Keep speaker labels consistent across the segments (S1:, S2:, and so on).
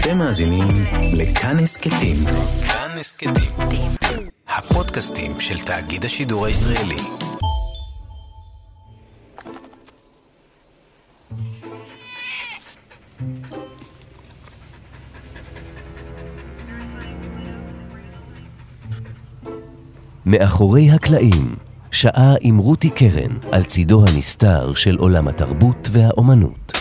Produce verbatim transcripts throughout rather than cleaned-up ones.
S1: אתם מאזינים לכאן הסכתים. כאן הסכתים. הפודקאסטים של תאגיד השידור הישראלי. מאחורי הקלעים, שעה עם רותי קרן על צידו הנסתר של עולם התרבות והאומנות.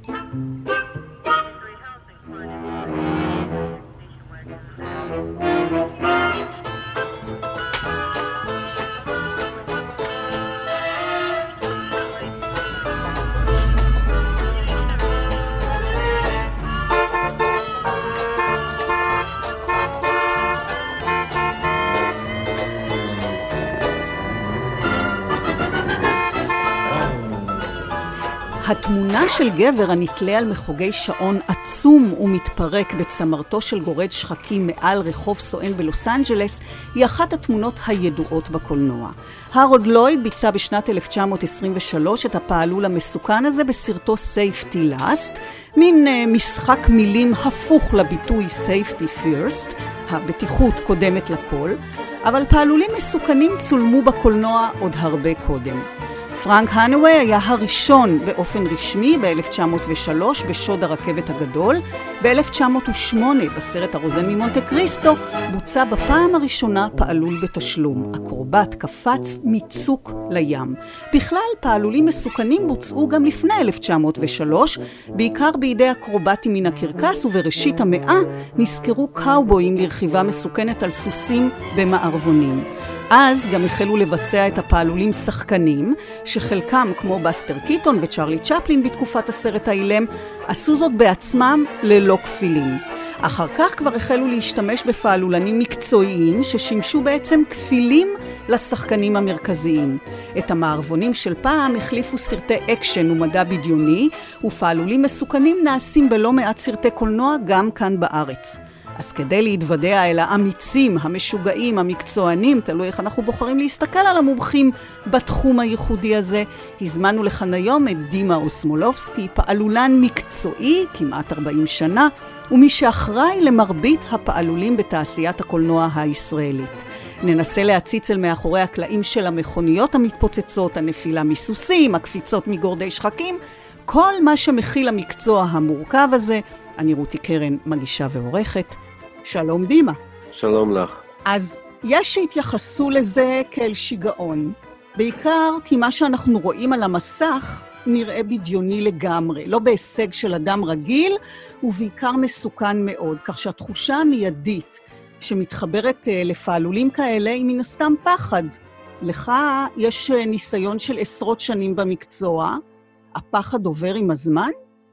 S2: התמונה של גבר הנתלה על מחוגי שעון עצום ומתפרק בצמרתו של גורד שחקים מעל רחוב סואן בלוס אנג'לס היא אחת התמונות הידועות בקולנוע. הרולד לויד ביצע בשנת אלף תשע מאות עשרים ושלוש את הפעלול המסוכן הזה בסרטו Safety Last, מין uh, משחק מילים הפוך לביטוי Safety First, הבטיחות קודמת לכל, אבל פעלולים מסוכנים צולמו בקולנוע עוד הרבה קודם. פרנק הנאווי היה הראשון באופן רשמי ב-אלף תשע מאות ושלוש בשוד הרכבת הגדול. ב-אלף תשע מאות ושמונה בסרט הרוזן ממונטה קריסטו בוצע בפעם הראשונה פעלול בתשלום. אקרובט קפץ מצוק לים. בכלל פעלולים מסוכנים בוצעו גם לפני אלף תשע מאות ושלוש, בעיקר בידי אקרובטים מן הקרקס, ובראשית המאה נזכרו קאובויים לרכיבה מסוכנת על סוסים במערבונים. אז גם החלו לבצע את הפעלולים שחקנים, שחלקם, כמו בסטר קיטון וצ'רלי צ'פלין בתקופת הסרט האילם, עשו זאת בעצמם ללא כפילים. אחר כך כבר החלו להשתמש בפעלולנים מקצועיים, ששימשו בעצם כפילים לשחקנים המרכזיים. את המערבונים של פעם החליפו סרטי אקשן ומדע בדיוני, ופעלולים מסוכנים נעשים בלא מעט סרטי קולנוע גם כאן בארץ. אז כדי להתוודע אל האמיצים, המשוגעים, המקצוענים, תלוי איך אנחנו בוחרים להסתכל על המומחים בתחום הייחודי הזה, הזמנו לכאן היום את דימה אוסמולובסקי, פעלולן מקצועי, כמעט ארבעים שנה, ומי שאחראי למרבית הפעלולים בתעשיית הקולנוע הישראלית. ננסה להציץ אל מאחורי הקלעים של המכוניות המתפוצצות, הנפילה מסוסים, הקפיצות מגורדי שחקים, כל מה שמכיל המקצוע המורכב הזה. אני רותי קרן, מגישה ועורכת. שלום דימה.
S3: שלום לך.
S2: אז יש שהתייחסו לזה כאל שיגעון, בעיקר כי מה שאנחנו רואים על המסך נראה בדיוני לגמרי, לא בהישג של אדם רגיל, ובעיקר מסוכן מאוד, כך שהתחושה המיידית שמתחברת לפעלולים כאלה היא מן הסתם פחד. לך יש ניסיון של עשרות שנים במקצוע, הפחד עובר עם הזמן?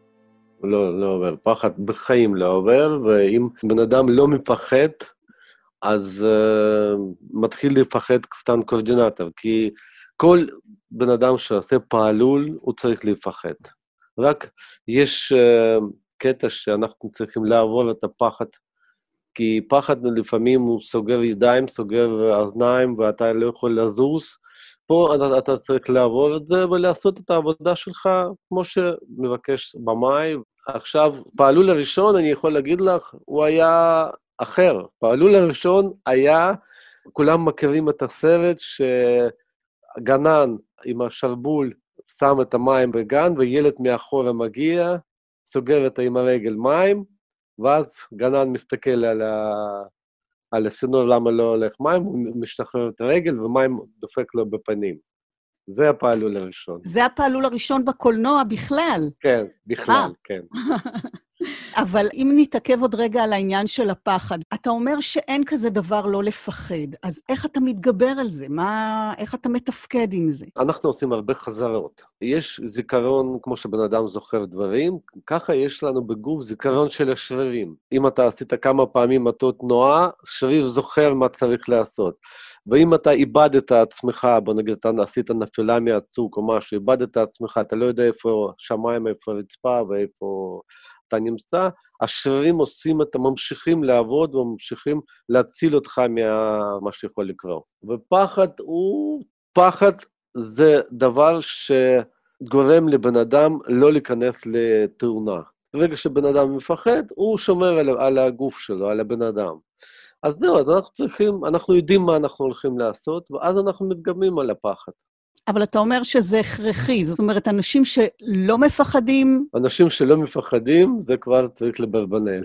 S3: לא, לא עובר. פחד בחיים לא עובר, ואם בן אדם לא מפחד, אז uh, מתחיל לפחד סטן קורדינטור, כי כל בן אדם שעושה פעלול, הוא צריך לפחד. רק יש uh, קטע שאנחנו צריכים לעבור את הפחד, כי פחד לפעמים הוא סוגר ידיים, סוגר אוזניים, ואתה לא יכול לזוז. פה אתה, אתה צריך לעבור את זה ולעשות את העבודה שלך כמו שמבקש במאי. עכשיו, פעלול הראשון, אני יכול להגיד לך, הוא היה אחר. פעלול הראשון היה, כולם מכירים את הסרט שגנן עם השרבול שם את המים בגן, וילד מאחורה מגיע, סוגר את עם הרגל מים, ואז גנן מסתכל על ה... על הסינור למה לא הולך מים, הוא משתחרר את הרגל ומים דופק לו בפנים. זה הפעלול הראשון.
S2: זה הפעלול הראשון בקולנוע בכלל.
S3: כן, בכלל, כן.
S2: אבל אם נתעכב עוד רגע על העניין של הפחד, אתה אומר שאין כזה דבר לא לפחד, אז איך אתה מתגבר על זה? מה, איך אתה מתפקד עם זה?
S3: אנחנו עושים הרבה חזרות. יש זיכרון, כמו שבן אדם זוכר דברים, ככה יש לנו בגוף זיכרון של השרירים. אם אתה עשית כמה פעמים אותו תנועה, שריר זוכר מה צריך לעשות. ואם אתה איבדת את עצמך, בוא נגיד, אתה עשית נפילה מהצוק או משהו, איבדת את עצמך, אתה לא יודע איפה שמיים, איפה רצפה ואיפה אתה נמצא, השרירים עושים את הממשיכים לעבוד וממשיכים להציל אותך ממה שיכול לקרות. ופחד הוא, פחד זה דבר שגורם לבן אדם לא להיכנס לתאונה. ברגע שבן אדם מפחד, הוא שומר על, על הגוף שלו, על הבן אדם. אז זהו, אז אנחנו צריכים, אנחנו יודעים מה אנחנו הולכים לעשות, ואז אנחנו מתגברים על הפחד.
S2: אבל אתה אומר שזה הכרחי, זאת אומרת, אנשים שלא מפחדים...
S3: אנשים שלא מפחדים, זה כבר צריך לברבנל.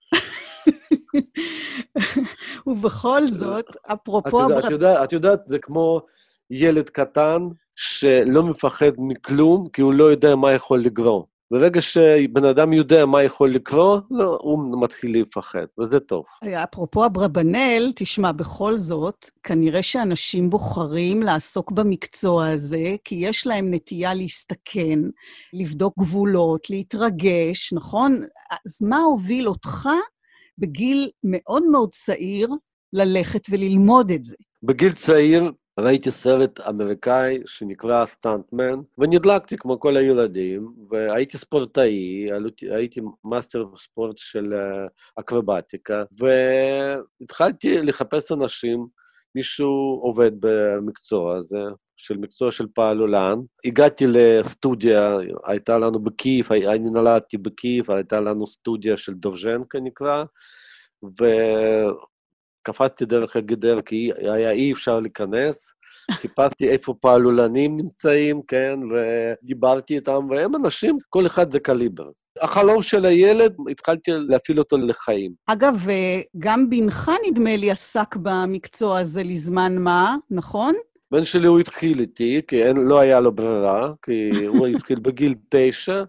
S2: ובכל זאת, אפרופו...
S3: את יודעת, את יודעת, את יודעת, זה כמו ילד קטן שלא מפחד מכלום, כי הוא לא יודע מה יכול לגרום. ברגע שבן אדם יודע מה יכול לקרות, לא, הוא מתחיל לפחד, וזה טוב.
S2: אפרופו אברבנאל, תשמע, בכל זאת, כנראה שאנשים בוחרים לעסוק במקצוע הזה, כי יש להם נטייה להסתכן, לבדוק גבולות, להתרגש, נכון? אז מה הוביל אותך בגיל מאוד מאוד צעיר ללכת וללמוד את זה?
S3: בגיל צעיר, ראיתי סרט אמריקאי שנקרא סטנטמן, ונדלקתי כמו כל הילדים, והייתי ספורטאי, הייתי מאסטר ספורט של אקרובטיקה, והתחלתי לחפש אנשים, מישהו עובד במקצוע הזה, של מקצוע של פעלולן. הגעתי לסטודיה, הייתה לנו בקייב, אני נולדתי בקייב, הייתה לנו סטודיה של דובז'נקה נקרא, ו... קפצתי דרך הגדר, כי היה אי אפשר להיכנס, חיפשתי איפה פעלולנים נמצאים, כן, ודיברתי איתם, והם אנשים, כל אחד זה קליבר. החלום של הילד, התחלתי להפעיל אותו לחיים.
S2: אגב, גם בנך נדמה לי עסק במקצוע הזה לזמן מה, נכון?
S3: בן שלי הוא התחיל איתי, כי אין, לא היה לו ברירה, כי הוא התחיל בגיל תשע,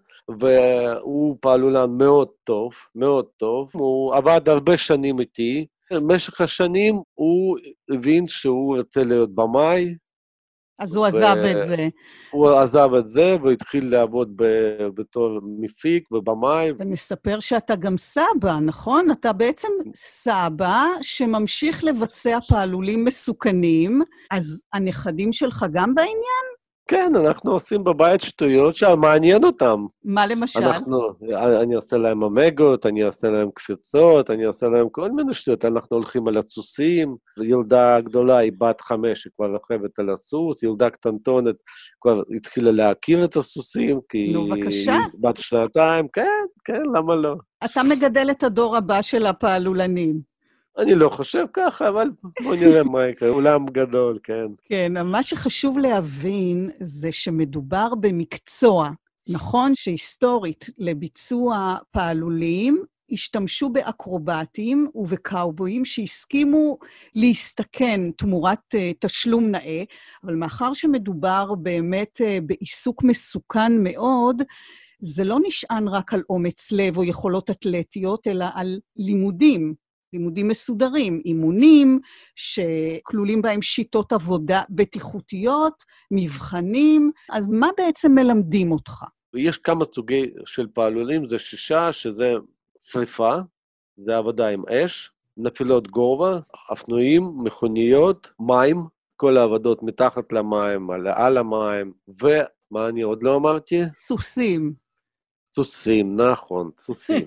S3: והוא פעלולן מאוד טוב, מאוד טוב, הוא עבד הרבה שנים איתי, במשך השנים הוא הבין שהוא רוצה להיות במאי.
S2: אז הוא עזב את זה.
S3: הוא עזב את זה והתחיל לעבוד בתור מפיק ובמאי.
S2: ונספר שאתה גם סבא, נכון? אתה בעצם סבא שממשיך לבצע פעלולים מסוכנים, אז הנכדים שלך גם בעניין?
S3: כן, אנחנו עושים בבית שטויות שמעניין אותם.
S2: מה למשל?
S3: אנחנו, אני עושה להם אמגות, אני עושה להם קפיצות, אני עושה להם כל מיני שטויות. אנחנו הולכים על הסוסים, ילדה גדולה היא בת חמש, היא כבר רוכבת על הסוס, ילדה קטנטונת כבר התחילה להכיר את הסוסים, כי
S2: נו, בבקשה.
S3: היא בת שנתיים, כן, כן, למה לא?
S2: אתה מגדל את הדור הבא של הפעלולנים.
S3: אני לא חושב ככה, אבל בוא נראה מה יקרה, אולם גדול, כן.
S2: כן, מה שחשוב להבין זה שמדובר במקצוע, נכון? שהיסטורית לביצוע פעלולים, השתמשו באקרובטים ובקאובויים שהסכימו להסתכן תמורת uh, תשלום נאה, אבל מאחר שמדובר באמת uh, בעיסוק מסוכן מאוד, זה לא נשען רק על אומץ לב או יכולות אתלטיות, אלא על לימודים. לימודים מסודרים, אימונים, שכלולים בהם שיטות עבודה בטיחותיות, מבחנים, אז מה בעצם מלמדים אותך?
S3: יש כמה סוגי של פעלולים, זה שישה, שזה שריפה, זה עבודה עם אש, נפילות גובה, אופנועים, מכוניות, מים, כל העבודות מתחת למים, על המים, ומה אני עוד לא אמרתי?
S2: סוסים.
S3: סוסים, נכון, סוסים.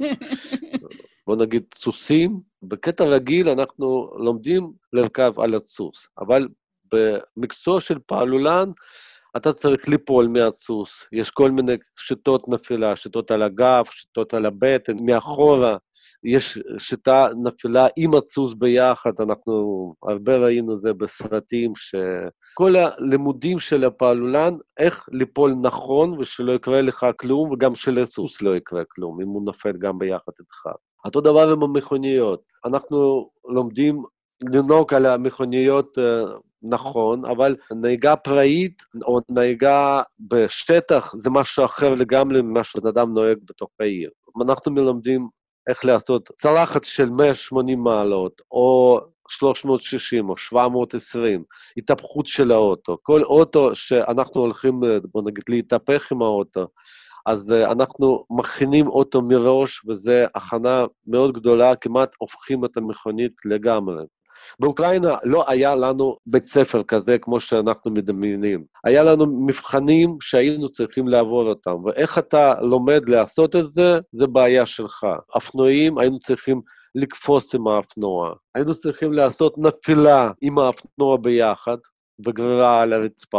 S3: בוא נגיד סוסים, בקטע רגיל אנחנו לומדים לרכב על הסוס, אבל במקצוע של פעלולן אתה צריך ליפול מהסוס, יש כל מיני שיטות נפילה, שיטות על הגב, שיטות על הבטן, מאחורה, יש שיטה נפילה עם הסוס ביחד, אנחנו הרבה ראינו זה בסרטים, שכל הלימודים של הפעלולן, איך ליפול נכון ושלא יקרה לך כלום, וגם שלסוס לא יקרה כלום, אם הוא נופל גם ביחד איתך. אותו דבר עם המכוניות, אנחנו לומדים לנהוג על המכוניות נכון, אבל נהיגה פראית או נהיגה בשטח זה משהו אחר לגמרי ממה שבן אדם נוהג בתוך העיר. אנחנו מלמדים איך לעשות צלחת של מאה ושמונים מעלות, או שלוש מאות ושישים או שבע מאות ועשרים, התהפכות של האוטו. כל אוטו שאנחנו הולכים, בוא נגיד, להתהפך עם האוטו, אז אנחנו מכינים אותו מראש, וזו הכנה מאוד גדולה, כמעט הופכים את המכונית לגמרי. באוקראינה לא היה לנו בית ספר כזה כמו שאנחנו מדמיינים. היה לנו מבחנים שהיינו צריכים לעבור אותם, ואיך אתה לומד לעשות את זה, זה בעיה שלך. אופנועים היינו צריכים לקפוץ עם האופנוע, היינו צריכים לעשות נפילה עם האופנוע ביחד, בגרירה על הרצפה,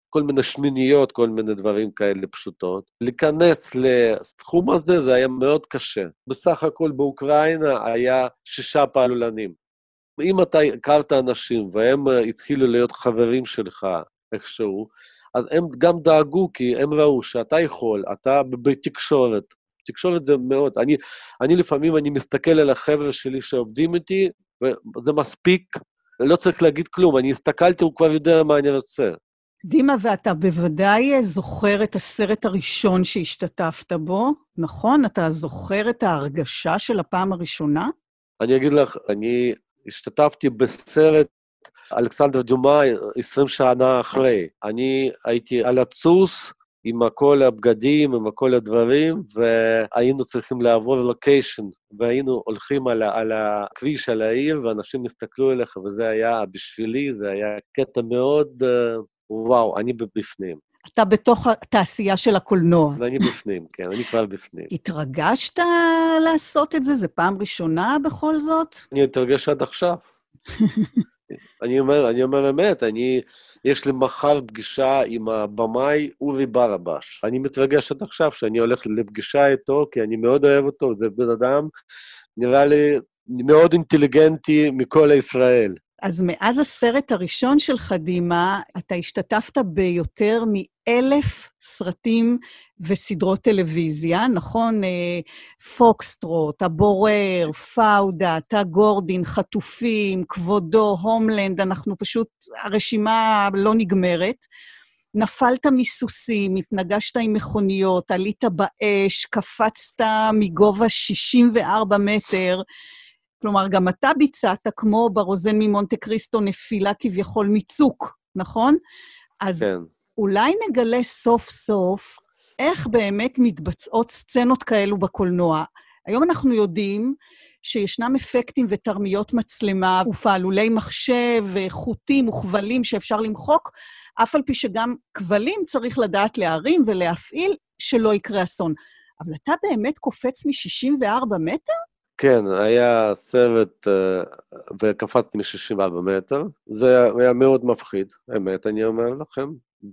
S3: כל מיני שמיניות, כל מיני דברים כאלה פשוטות. להיכנס לסכום הזה זה היה מאוד קשה. בסך הכל באוקראינה היה שישה פעלולנים. אם אתה הכרת אנשים והם התחילו להיות חברים שלך איכשהו, אז הם גם דאגו, כי הם ראו שאתה יכול, אתה בתקשורת. תקשורת זה מאוד. אני, אני לפעמים אני מסתכל על החבר'ה שלי שעובדים איתי, וזה מספיק, לא צריך להגיד כלום. אני הסתכלתי, הוא כבר יודע מה אני רוצה.
S2: דימה, ואתה בוודאי זוכר את הסרט הראשון שהשתתפת בו, נכון? אתה זוכר את ההרגשה של הפעם הראשונה?
S3: אני אגיד לך, אני השתתפתי בסרט אלכסנדר דומה עשרים שנה אחרי. אני הייתי על הסוס עם כל הבגדים, עם כל הדברים, והיינו צריכים לעבור לוקיישן, והיינו הולכים על, על הכביש, על העיר, ואנשים הסתכלו אליך, וזה היה בשבילי, זה היה קטע מאוד, וואו, אני בפנים.
S2: אתה בתוך התעשייה של הקולנוע.
S3: אני בפנים, כן, אני כבר בפנים.
S2: התרגשת לעשות את זה? זה פעם ראשונה בכל זאת?
S3: אני התרגש עד עכשיו. אני אומר, אני אומר אמת, אני, יש לי מחר פגישה עם הבמאי אורי ברבש. אני מתרגש עד עכשיו שאני הולך לפגישה איתו, כי אני מאוד אוהב אותו, זה בן אדם, נראה לי מאוד אינטליגנטי מכל ישראל.
S2: אז מאז הסרט הראשון שלך, דימה, אתה השתתפת ביותר מאלף סרטים וסדרות טלוויזיה, נכון? פוקסטרוט, הבורר, פאודה, תא גורדין, חטופים, כבודו, הומלנד, אנחנו פשוט, הרשימה לא נגמרת. נפלת מסוסים, התנגשת עם מכוניות, עלית באש, קפצת מגובה שישים וארבעה מטר, כלומר, גם אתה ביצעת, כמו ברוזן ממונטה קריסטו, נפילה כביכול מצוק, נכון? אז כן. אולי נגלה סוף סוף איך באמת מתבצעות סצנות כאלו בקולנוע. היום אנחנו יודעים שישנם אפקטים ותרמיות מצלמה, ופעלולי מחשב, חוטים וכבלים שאפשר למחוק, אף על פי שגם כבלים צריך לדעת להרים ולהפעיל שלא יקרה אסון. אבל אתה באמת קופץ מ-שישים וארבעה מטר?
S3: כן, היה סרט, וקפצתי מ-שישים וארבעה מטר. זה היה מאוד מפחיד, האמת, אני אומר לכם.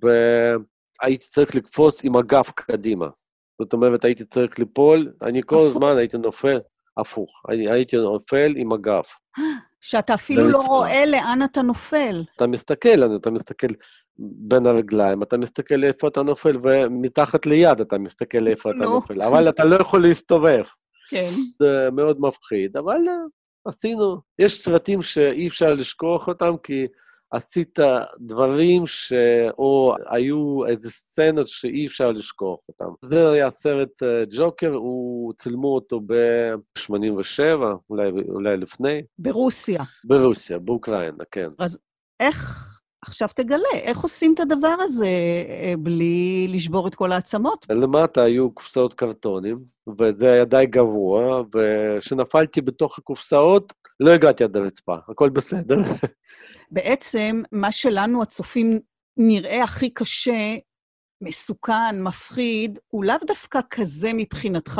S3: והייתי צריך לקפוץ עם הגב קדימה. זאת אומרת, הייתי צריך ליפול, אני כל הזמן הייתי נופל, הפוך, הייתי נופל עם הגב.
S2: שאתה אפילו לא רואה לאן אתה נופל.
S3: אתה מסתכל, אתה מסתכל בין הרגליים, אתה מסתכל איפה אתה נופל, ומתחת ליד אתה מסתכל איפה אתה נופל, אבל אתה לא יכול להסתובב.
S2: כן.
S3: זה מאוד מפחיד, אבל עשינו. יש סרטים שאי אפשר לשכוח אותם, כי עשית דברים שאו היו איזה סצנות שאי אפשר לשכוח אותם. זה היה סרט ג'וקר, הוא צילמו אותו ב-שמונים ושבע, אולי, אולי לפני.
S2: ברוסיה.
S3: ברוסיה, באוקראינה, כן.
S2: אז איך... עכשיו תגלה, איך עושים את הדבר הזה בלי לשבור את כל העצמות?
S3: למטה היו קופסאות קרטונים, וזה היה די גבוה, וכשנפלתי בתוך הקופסאות, לא הגעתי עד הרצפה, הכל בסדר.
S2: בעצם, מה שלנו הצופים נראה הכי קשה, מסוכן, מפחיד, הוא לאו דווקא כזה מבחינתך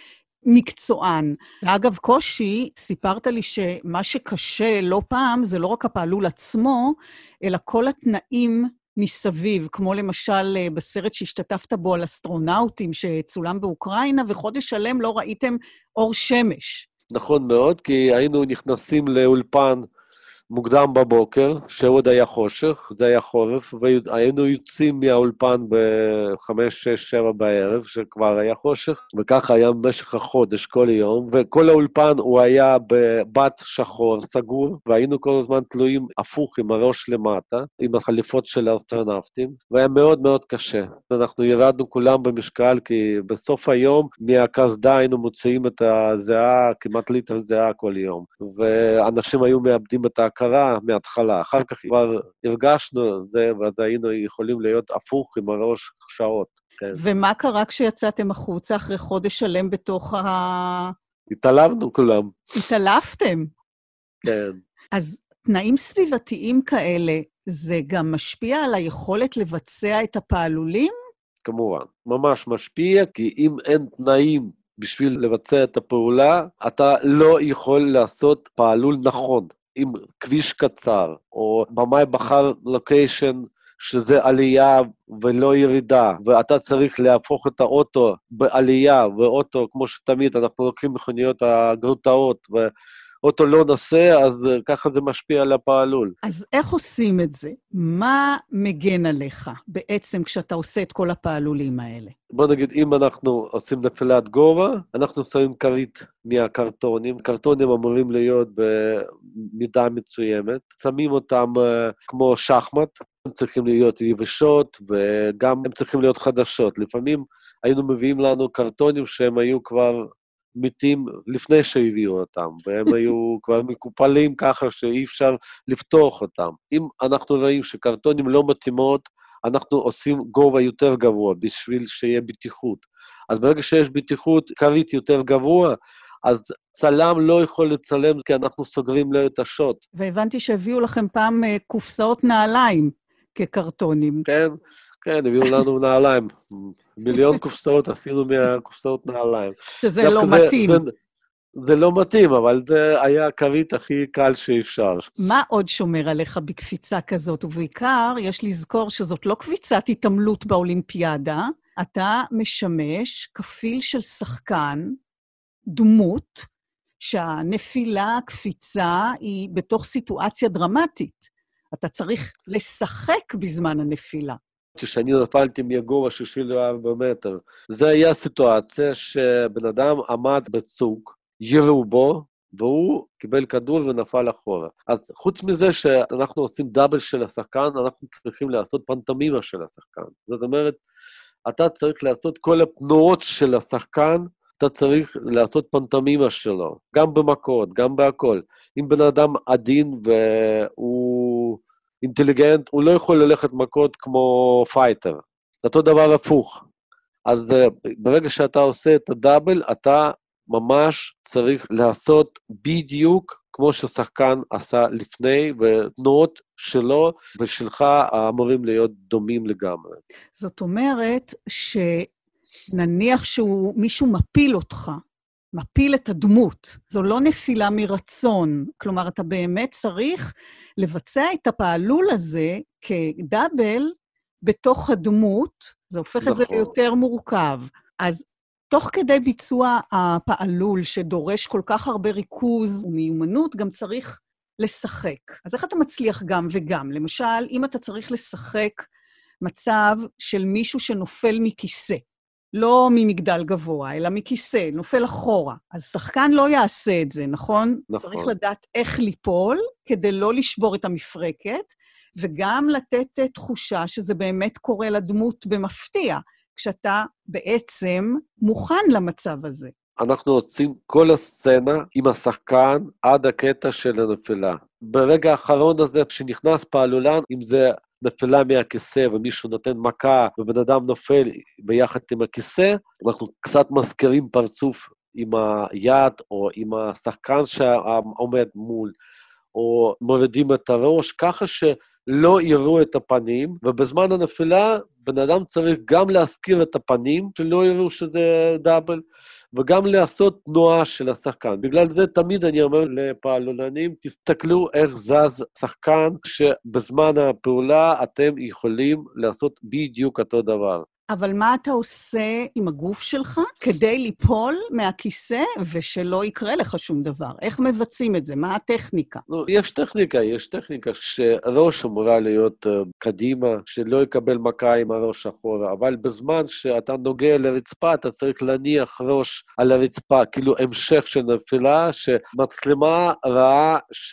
S2: כמקצוען. אגב, קושי, סיפרת לי שמה שקשה לא פעם, זה לא רק הפעלול עצמו, אלא כל התנאים מסביב, כמו למשל בסרט שהשתתפת בו על אסטרונאוטים שצולם באוקראינה, וחודש שלם לא ראיתם אור שמש.
S3: נכון מאוד, כי היינו נכנסים לאולפן מוקדם בבוקר, שעוד היה חושך, זה היה חורף, והיינו יוצאים מהאולפן ב-חמש, שש, שבע בערב, שכבר היה חושך, וככה היה במשך החודש כל יום, וכל האולפן הוא היה בבת שחור סגור, והיינו כל הזמן תלויים הפוך עם הראש למטה, עם החליפות של האסטרונאוטים, והיה מאוד מאוד קשה. אנחנו ירדנו כולם במשקל, כי בסוף היום מהקסדה היינו מוציאים את הזיעה, כמעט ליטר זיעה כל יום, ואנשים היו מאבדים את ההכרה מההתחלה. אחר כך כבר הרגשנו את זה, ואז היינו יכולים להיות הפוך עם הראש שעות. כן.
S2: ומה קרה כשיצאתם החוצה אחרי חודש שלם בתוך ה...
S3: התעלפנו כולם.
S2: התעלפתם?
S3: כן.
S2: אז תנאים סביבתיים כאלה, זה גם משפיע על היכולת לבצע את הפעלולים?
S3: כמובן, ממש משפיע, כי אם אין תנאים בשביל לבצע את הפעולה, אתה לא יכול לעשות פעלול נכון. עם כביש קצר, או במאי בחר לוקיישן שזה עלייה ולא ירידה, ואתה צריך להפוך את האוטו בעלייה, ואוטו, כמו שתמיד, אנחנו לוקחים מכוניות הגרוטאות, ואוטו לא נוסע, אז ככה זה משפיע על הפעלול.
S2: אז איך עושים את זה? מה מגן עליך בעצם כשאתה עושה את כל הפעלולים האלה?
S3: בוא נגיד, אם אנחנו עושים נפילת גובה, אנחנו שמים כרית מהקרטונים. קרטונים אמורים להיות במידה מסוימת. שמים אותם כמו שחמט. הם צריכים להיות יבשות, וגם הם צריכים להיות חדשות. לפעמים היינו מביאים לנו קרטונים שהם היו כבר מתים לפני שהביאו אותם, והם היו כבר מקופלים ככה שאי אפשר לפתוח אותם. אם אנחנו רואים שקרטונים לא מתאימות, אנחנו עושים גובה יותר גבוה בשביל שיהיה בטיחות. אז ברגע שיש בטיחות, כרית יותר גבוה, אז צלם לא יכול לצלם כי אנחנו סוגרים לו את השוט.
S2: והבנתי שהביאו לכם פעם קופסאות נעליים כקרטונים.
S3: כן, כן, הביאו לנו נעליים. מיליון קופסאות עשינו מהקופסאות נעליים.
S2: שזה לא מתאים.
S3: זה, זה לא מתאים, אבל זה היה הכרית הכי קל שאפשר.
S2: מה עוד שומר עליך בקפיצה כזאת? ובעיקר, יש לזכור שזאת לא קפיצת התעמלות באולימפיאדה, אתה משמש כפיל של שחקן, דמות, שהנפילה, הקפיצה, היא בתוך סיטואציה דרמטית. אתה צריך לשחק בזמן הנפילה.
S3: כשאני נפלתי מהגובה שישים וארבעה מטר, זו הייתה סיטואציה שבן אדם עמד בצוק, ירו בו, והוא קיבל כדור ונפל אחורה. אז חוץ מזה שאנחנו עושים דאבל של השחקן, אנחנו צריכים לעשות פנטומימה של השחקן. זאת אומרת, אתה צריך לעשות כל התנועות של השחקן, אתה צריך לעשות פנטומימה שלו, גם במכות, גם בהכל. אם בן אדם עדין והוא אינטליגנט, הוא לא יכול ללכת מכות כמו פייטר. זה אותו דבר הפוך. אז ברגע שאתה עושה את הדאבל, אתה ממש צריך לעשות בדיוק כמו ששחקן עשה לפני, ותנועות שלו ושלך אמורים להיות דומים לגמרי.
S2: זאת אומרת שנניח שמישהו מפיל אותך, מפיל את הדמות, זו לא נפילה מרצון, כלומר אתה באמת צריך לבצע את הפעלול הזה כדאבל בתוך הדמות, זה הופך נכון. את זה ליותר מורכב. אז תוך כדי ביצוע הפעלול שדורש כל כך הרבה ריכוז ומיומנות, גם צריך לשחק. אז איך אתה מצליח גם וגם? למשל, אם אתה צריך לשחק מצב של מישהו שנופל מכיסא, לא ממגדל גבוה, אלא מכיסא, נופל אחורה, אז שחקן לא יעשה את זה, נכון? נכון. צריך לדעת איך ליפול, כדי לא לשבור את המפרקת, וגם לתת תחושה שזה באמת קורה לדמות במפתיע, כשאתה בעצם מוכן למצב הזה.
S3: אנחנו עושים כל הסצנה עם השחקן עד הקטע של הנפילה. ברגע האחרון הזה, כשנכנס פעלולן, אם זה נפילה מהכיסא ומישהו נותן מכה ובן אדם נופל ביחד עם הכיסא, אנחנו קצת מזכירים פרצוף עם היד או עם השחקן שעומד מול, או מורידים את הראש, ככה שלא יראו את הפנים, ובזמן הנפילה בן אדם צריך גם להזכיר את הפנים, שלא יראו שזה דאבל, וגם לעשות תנועה של השחקן. בגלל זה תמיד אני אומר לפעלולנים, תסתכלו איך זז שחקן, שבזמן הפעולה אתם יכולים לעשות בדיוק אותו דבר.
S2: אבל מה אתה עושה עם הגוף שלך כדי ליפול מהכיסא ושלא יקרה לך שום דבר? איך מבצעים את זה? מה הטכניקה?
S3: לא, יש טכניקה, יש טכניקה שראש אמורה להיות uh, קדימה, שלא יקבל מכה עם הראש אחורה, אבל בזמן שאתה נוגע לרצפה, אתה צריך להניח ראש על הרצפה, כאילו המשך של נפילה, שמצלמה ראה ש...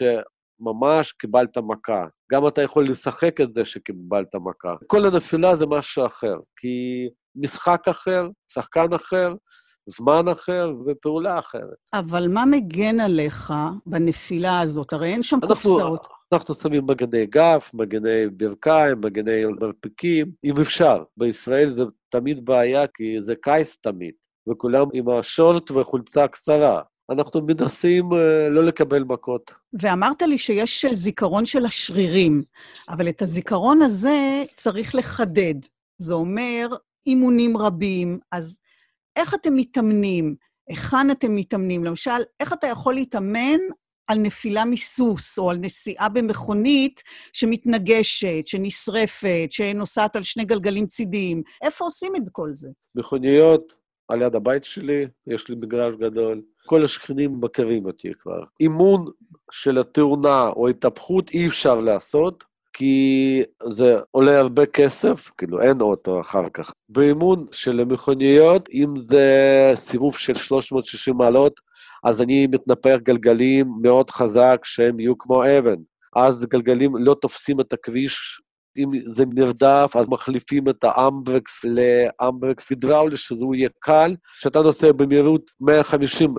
S3: ממש קיבלת מכה. גם אתה יכול לשחק את זה שקיבלת מכה. כל הנפילה זה משהו אחר, כי משחק אחר, שחקן אחר, זמן אחר ופעולה אחרת.
S2: אבל מה מגן עליך בנפילה הזאת? הרי אין שם
S3: אנחנו,
S2: קופסאות.
S3: אנחנו שמים מגני גב, מגני ברכיים, מגני מרפקים, אם אפשר. בישראל זה תמיד בעיה, כי זה קיץ תמיד, וכולם עם השורט וחולצה קצרה. אנחנו מנסים uh, לא לקבל מכות.
S2: ואמרת לי שיש זיכרון של השרירים, אבל את הזיכרון הזה צריך לחדד. זה אומר אימונים רבים, אז איך אתם מתאמנים? היכן אתם מתאמנים? למשל, איך אתה יכול להתאמן על נפילה מסוס, או על נסיעה במכונית שמתנגשת, שנשרפת, שנוסעת על שני גלגלים צידיים. איפה עושים את כל זה?
S3: מכוניות, על יד הבית שלי, יש לי מגרש גדול. כל השכנים מכירים אותי כבר. אימון של התאונה או התהפכות אי אפשר לעשות, כי זה עולה הרבה כסף, כאילו אין אוטו אחר כך. באימון של המכוניות, אם זה סיבוב של שלוש מאות ושישים מעלות, אז אני מתנפח גלגלים מאוד חזק שהם יהיו כמו אבן. אז גלגלים לא תופסים את הכביש, אם זה נרדף, אז מחליפים את האמברקס לאמברקס הידראולי, שזה יהיה קל. כשאתה נוסע במהירות מאה וחמישים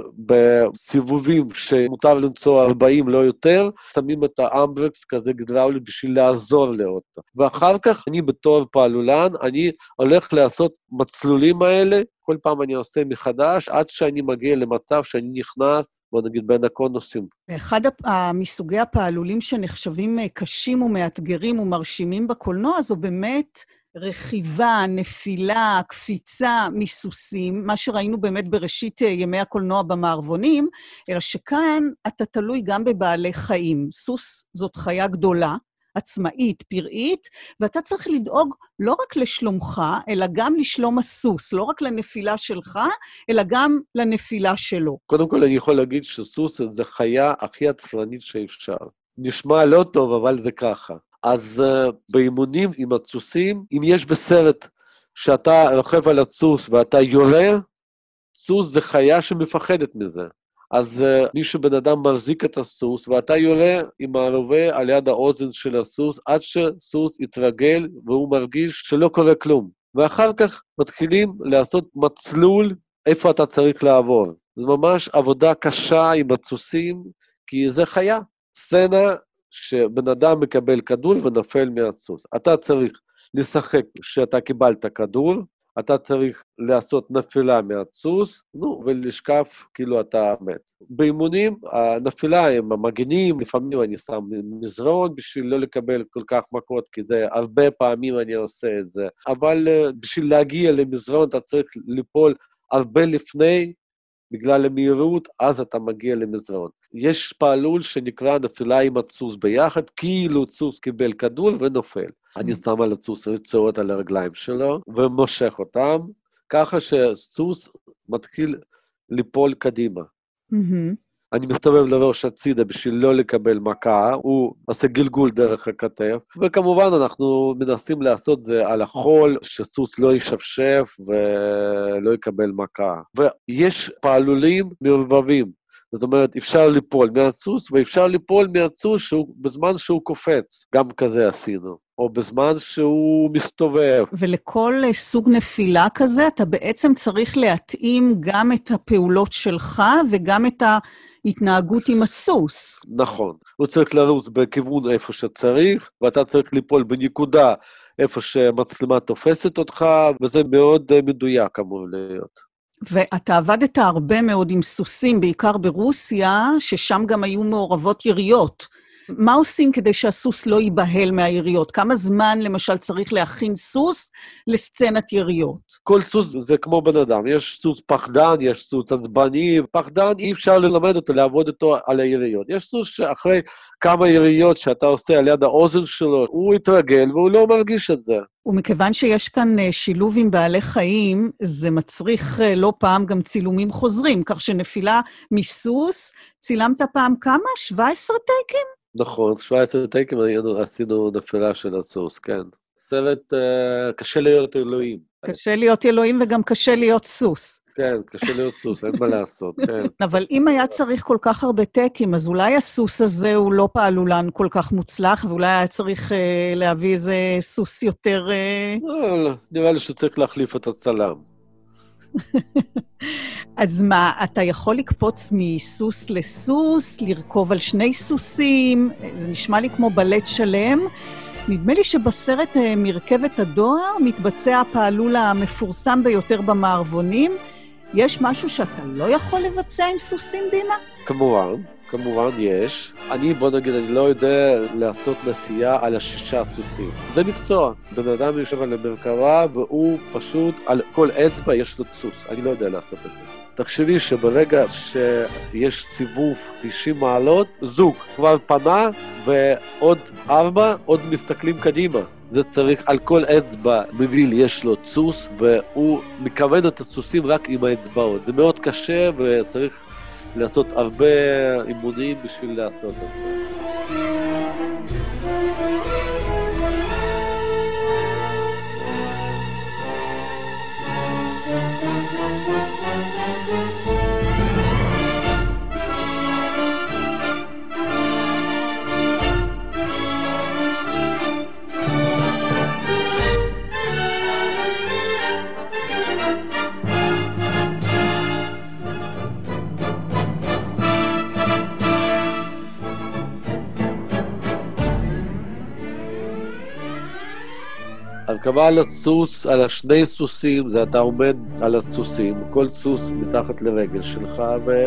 S3: בסיבובים שמותר למצוא ארבעים, לא יותר, שמים את האמברקס כזה הידראולי בשביל לעזור לאוטו. ואחר כך אני בתור פעלולן, אני הולך לעשות מצלולים האלה, כל פעם אני עושה מחדש, עד שאני מגיע למצב שאני נכנס, בוא נגיד, בין הקונוסים.
S2: אחד מסוגי הפעלולים שנחשבים קשים ומאתגרים ומרשימים בקולנוע, זו באמת רכיבה, נפילה, קפיצה מסוסים, מה שראינו באמת בראשית ימי הקולנוע במערבונים, אלא שכאן אתה תלוי גם בבעלי חיים. סוס זאת חיה גדולה, עצמאית, פראית, ואתה צריך לדאוג לא רק לשלומך, אלא גם לשלום הסוס, לא רק לנפילה שלך, אלא גם לנפילה שלו.
S3: קודם כל אני יכול להגיד שסוס זה חיה הכי עצלנית שאפשר. נשמע לא טוב, אבל זה ככה. אז uh, באימונים עם הסוסים, אם יש בסרט שאתה רוכב על הסוס ואתה יורה, סוס זה חיה שמפחדת מזה. אז uh, מי שבן אדם מחזיק את הסוס, ואתה יורה עם הרובה על יד האוזן של הסוס, עד שסוס יתרגל והוא מרגיש שלא קורה כלום. ואחר כך מתחילים לעשות מצלול איפה אתה צריך לעבור. זה ממש עבודה קשה עם הסוסים, כי זה חיה. סצנה שבן אדם מקבל כדור ונפל מהסוס. אתה צריך לשחק שאתה קיבלת כדור, אתה צריך לעשות נפילה מהסוס, נו, ולשקף כאילו אתה מת. באימונים, הנפילה הם המגנים, לפעמים אני שם מזרון בשביל לא לקבל כל כך מכות, כי זה הרבה פעמים אני עושה את זה. אבל uh, בשביל להגיע למזרון, אתה צריך ליפול הרבה לפני, בגלל המהירות, אז אתה מגיע למזרון. יש פעלול שנקרא נפילה עם הסוס ביחד, כאילו סוס קיבל כדור ונופל. אני שם על הסוס רצועות על הרגליים שלו, ומושך אותם, ככה שסוס מתחיל ליפול קדימה. אני מסתובב לראש הצידה בשביל לא לקבל מכה, הוא עושה גלגול דרך הכתף, וכמובן אנחנו מנסים לעשות זה על החול, שסוס לא ישפשף ולא יקבל מכה. ויש פעלולים מעורבבים, זאת אומרת, אפשר ליפול מהסוס, ואפשר ליפול מהסוס שהוא, בזמן שהוא קופץ, גם כזה עשינו, או בזמן שהוא מסתובב.
S2: ולכל סוג נפילה כזה, אתה בעצם צריך להתאים גם את הפעולות שלך, וגם את ההתנהגות עם הסוס.
S3: נכון, הוא צריך לרוץ בכיוון איפה שצריך, ואתה צריך ליפול בנקודה איפה שהמצלמה תופסת אותך, וזה מאוד מדויק אמור להיות.
S2: ואתה עבדת הרבה מאוד עם סוסים, בעיקר ברוסיה, ששם גם היו מעורבות יריות. מה עושים כדי שהסוס לא ייבהל מהיריות? כמה זמן, למשל, צריך להכין סוס לסצנת יריות?
S3: כל סוס זה כמו בן אדם. יש סוס פחדן, יש סוס עצבני. פחדן, אי אפשר ללמד אותו, לעבוד אותו על היריות. יש סוס שאחרי כמה יריות שאתה עושה על יד האוזן שלו, הוא יתרגל והוא לא מרגיש את זה.
S2: ומכיוון שיש כאן שילוב עם בעלי חיים, זה מצריך לא פעם גם צילומים חוזרים, כך שנפילה מסוס, צילמת פעם כמה? שבע עשרה טייקים?
S3: נכון, שבע עשרה טייקים עשינו נפילה של הסוס, כן. סרט uh, קשה להיות אלוהים.
S2: קשה להיות אלוהים וגם קשה להיות סוס.
S3: כן, קשה להיות סוס, אין מה לעשות, כן.
S2: אבל אם היה צריך כל כך הרבה טקים, אז אולי הסוס הזה הוא לא פעלולן כל כך מוצלח, ואולי היה צריך אה, להביא איזה סוס יותר... אה...
S3: לא, לא, נראה לי שצריך להחליף את הצלם.
S2: אז מה, אתה יכול לקפוץ מסוס לסוס, לרכוב על שני סוסים, זה נשמע לי כמו בלט שלם. נדמה לי שבסרט מרכבת הדואר מתבצע הפעלול המפורסם ביותר במערבונים. יש משהו שאתה לא יכול לבצע עם סוסים, דימה?
S3: כמובן, כמובן יש. אני, בוא נגיד, אני לא יודע לעשות נסיעה על השישה סוסים. זה מקצוע. בן אדם יושב על המרכבה והוא פשוט, על כל אצבע יש לו סוס. אני לא יודע לעשות את זה. תחשבי שברגע שיש סיבוב תשעים מעלות, זוג כבר פנה ועוד ארבע עוד מסתכלים קדימה. זה צריך, על כל אצבע מוביל יש לו סוס, והוא מכוון את הסוסים רק עם האצבעות. זה מאוד קשה וצריך לעשות הרבה אימונים בשביל לעשות את זה. הרכבה על הסוס, על השני סוסים, זה אתה עומד על הסוסים, כל סוס מתחת לרגל שלך,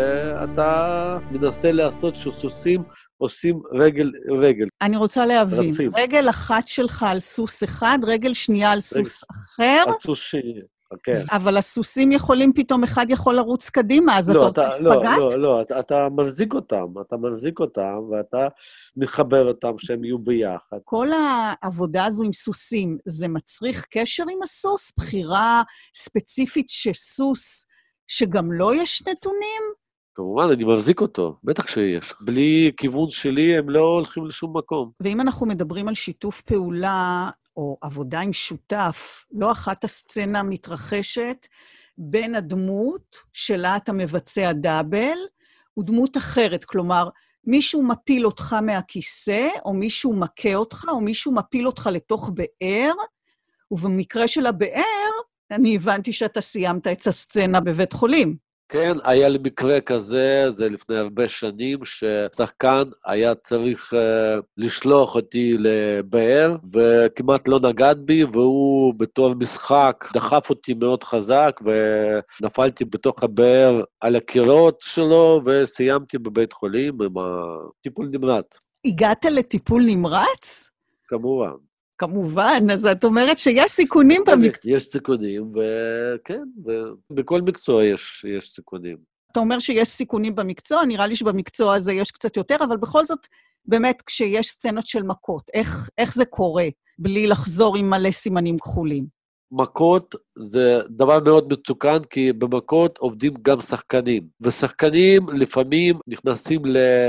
S3: ואתה מנסה לעשות שסוסים עושים רגל רגל.
S2: אני רוצה להבין,
S3: רצים.
S2: רגל אחת שלך על סוס אחד, רגל שנייה על סוס רגל... אחר,
S3: על סוס שני. כן.
S2: אבל הסוסים יכולים פתאום, אחד יכול לרוץ קדימה, אז
S3: לא,
S2: אתה
S3: אתה, לא,
S2: פגעת?
S3: לא, לא, אתה, אתה מחזיק אותם, אתה מחזיק אותם, ואתה מחבר אותם שהם יהיו ביחד.
S2: כל העבודה הזו עם סוסים, זה מצריך קשר עם הסוס? בחירה ספציפית שסוס, שגם לא יש נתונים?
S3: כמובן, אני מחזיק אותו, בטח שיש. בלי כיוון שלי, הם לא הולכים לשום מקום.
S2: ואם אנחנו מדברים על שיתוף פעולה, או עבודה עם שותף, לא אחת הסצנה מתרחשת בין הדמות שלה אתה מבצע דאבל, ודמות אחרת, כלומר, מישהו מפיל אותך מהכיסא, או מישהו מכה אותך, או מישהו מפיל אותך לתוך באר, ובמקרה של הבאר, אני הבנתי שאתה סיימת את הסצנה בבית חולים.
S3: כן, היה לי מקרה כזה, זה לפני הרבה שנים, ששחקן היה צריך uh, לשלוח אותי לבאר, וכמעט לא נגד בי, והוא בתור משחק דחף אותי מאוד חזק, ונפלתי בתוך הבאר על הקירות שלו, וסיימתי בבית חולים עם הטיפול נמרץ.
S2: הגעת לטיפול נמרץ?
S3: כמובן.
S2: כמובן, אז את אומרת שיש סיכונים במקצוע.
S3: יש סיכונים, וכן, בכל מקצוע יש, יש סיכונים.
S2: אתה אומר שיש סיכונים במקצוע, נראה לי שבמקצוע הזה יש קצת יותר, אבל בכל זאת, באמת, כשיש סצנות של מכות, איך, איך זה קורה, בלי לחזור עם מלא סימנים כחולים?
S3: מכות זה דבר מאוד מצוקן, כי במכות עובדים גם שחקנים. ושחקנים לפעמים נכנסים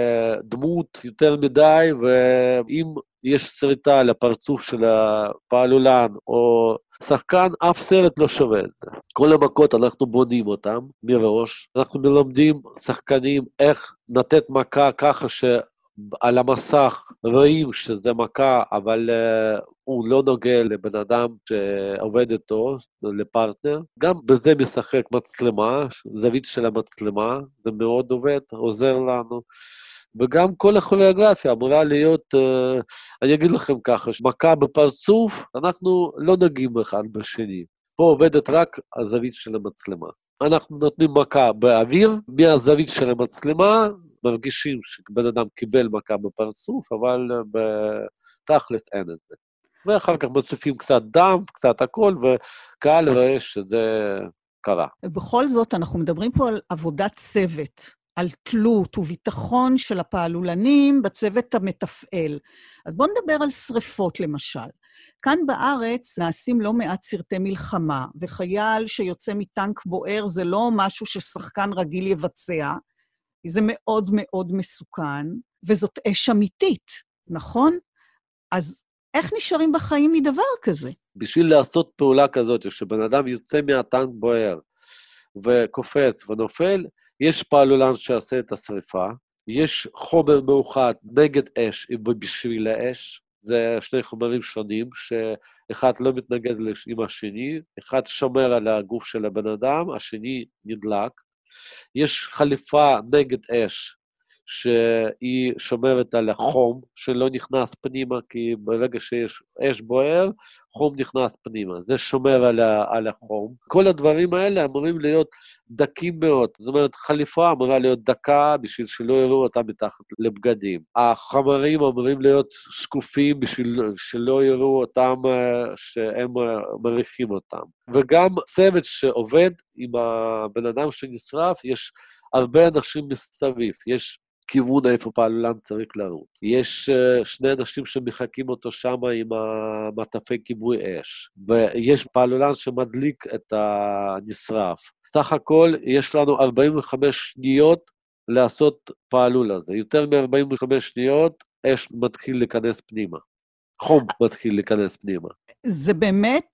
S3: לדמות יותר מדי, ואם יש שריטה לפרצוף של הפעלולן או שחקן, אף סרט לא שווה את זה. כל המכות אנחנו בונים אותם מראש. אנחנו מלמדים שחקנים איך לתת מכה ככה שעל המסך רואים שזה מכה, אבל uh, הוא לא נוגע לבן אדם שעובד איתו, לפרטנר. גם בזה משחק מצלמה, זווית של המצלמה, זה מאוד עובד, עוזר לנו. וגם כל הכוריאוגרפיה אמורה להיות, uh, אני אגיד לכם ככה, מכה בפרצוף, אנחנו לא נוגעים אחד בשני. פה עובדת רק הזווית של המצלמה. אנחנו נותנים מכה באוויר, מהזווית של המצלמה, מרגישים שבן אדם קיבל מכה בפרצוף, אבל בתכלס אין את זה. ואחר כך מצופים קצת דם, קצת הכל, וקהל רואה שזה קרה.
S2: ובכל זאת, אנחנו מדברים פה על עבודת צוות, על תלות וביטחון של הפעלולנים בצוות המתפעל. אז בואו נדבר על שריפות למשל. כאן בארץ נעשים לא מעט סרטי מלחמה, וחייל שיוצא מטנק בוער זה לא משהו ששחקן רגיל יבצע, זה מאוד מאוד מסוכן, וזאת אש אמיתית, נכון? אז איך נשארים בחיים מדבר כזה?
S3: בשביל לעשות פעולה כזאת, כשבן אדם יוצא מהטנק בוער, וקופץ ונופל, יש פעלולן שעושה את השריפה, יש חומר מאוחד נגד אש ובשביל האש, זה שני חומרים שונים, שאחד לא מתנגד עם השני, אחד שומר על הגוף של הבן אדם, השני נדלק, יש חליפה נגד אש, שהיא שומרת על החום, שלא נכנס פנימה, כי ברגע שיש אש בוער, חום נכנס פנימה. זה שומר על, ה, על החום. כל הדברים האלה אמורים להיות דקים מאוד. זאת אומרת, חליפה אמורה להיות דקה בשביל שלא יראו אותה מתחת לבגדים. החמרים אמורים להיות שקופים בשביל שלא יראו אותם שהם מריחים אותם. וגם צוות שעובד עם הבן אדם שנשרף, יש הרבה אנשים מסביב. יש כיוון איפה פעלולן צריך לרוץ. יש uh, שני אנשים שמחכים אותו שם עם המטפי כיבוי אש, ויש פעלולן שמדליק את הנשרף. סך הכל יש לנו ארבעים וחמש שניות לעשות פעלול הזה. יותר מ-ארבעים וחמש שניות אש מתחיל להיכנס פנימה. חום מתחיל להיכנס פנימה.
S2: זה באמת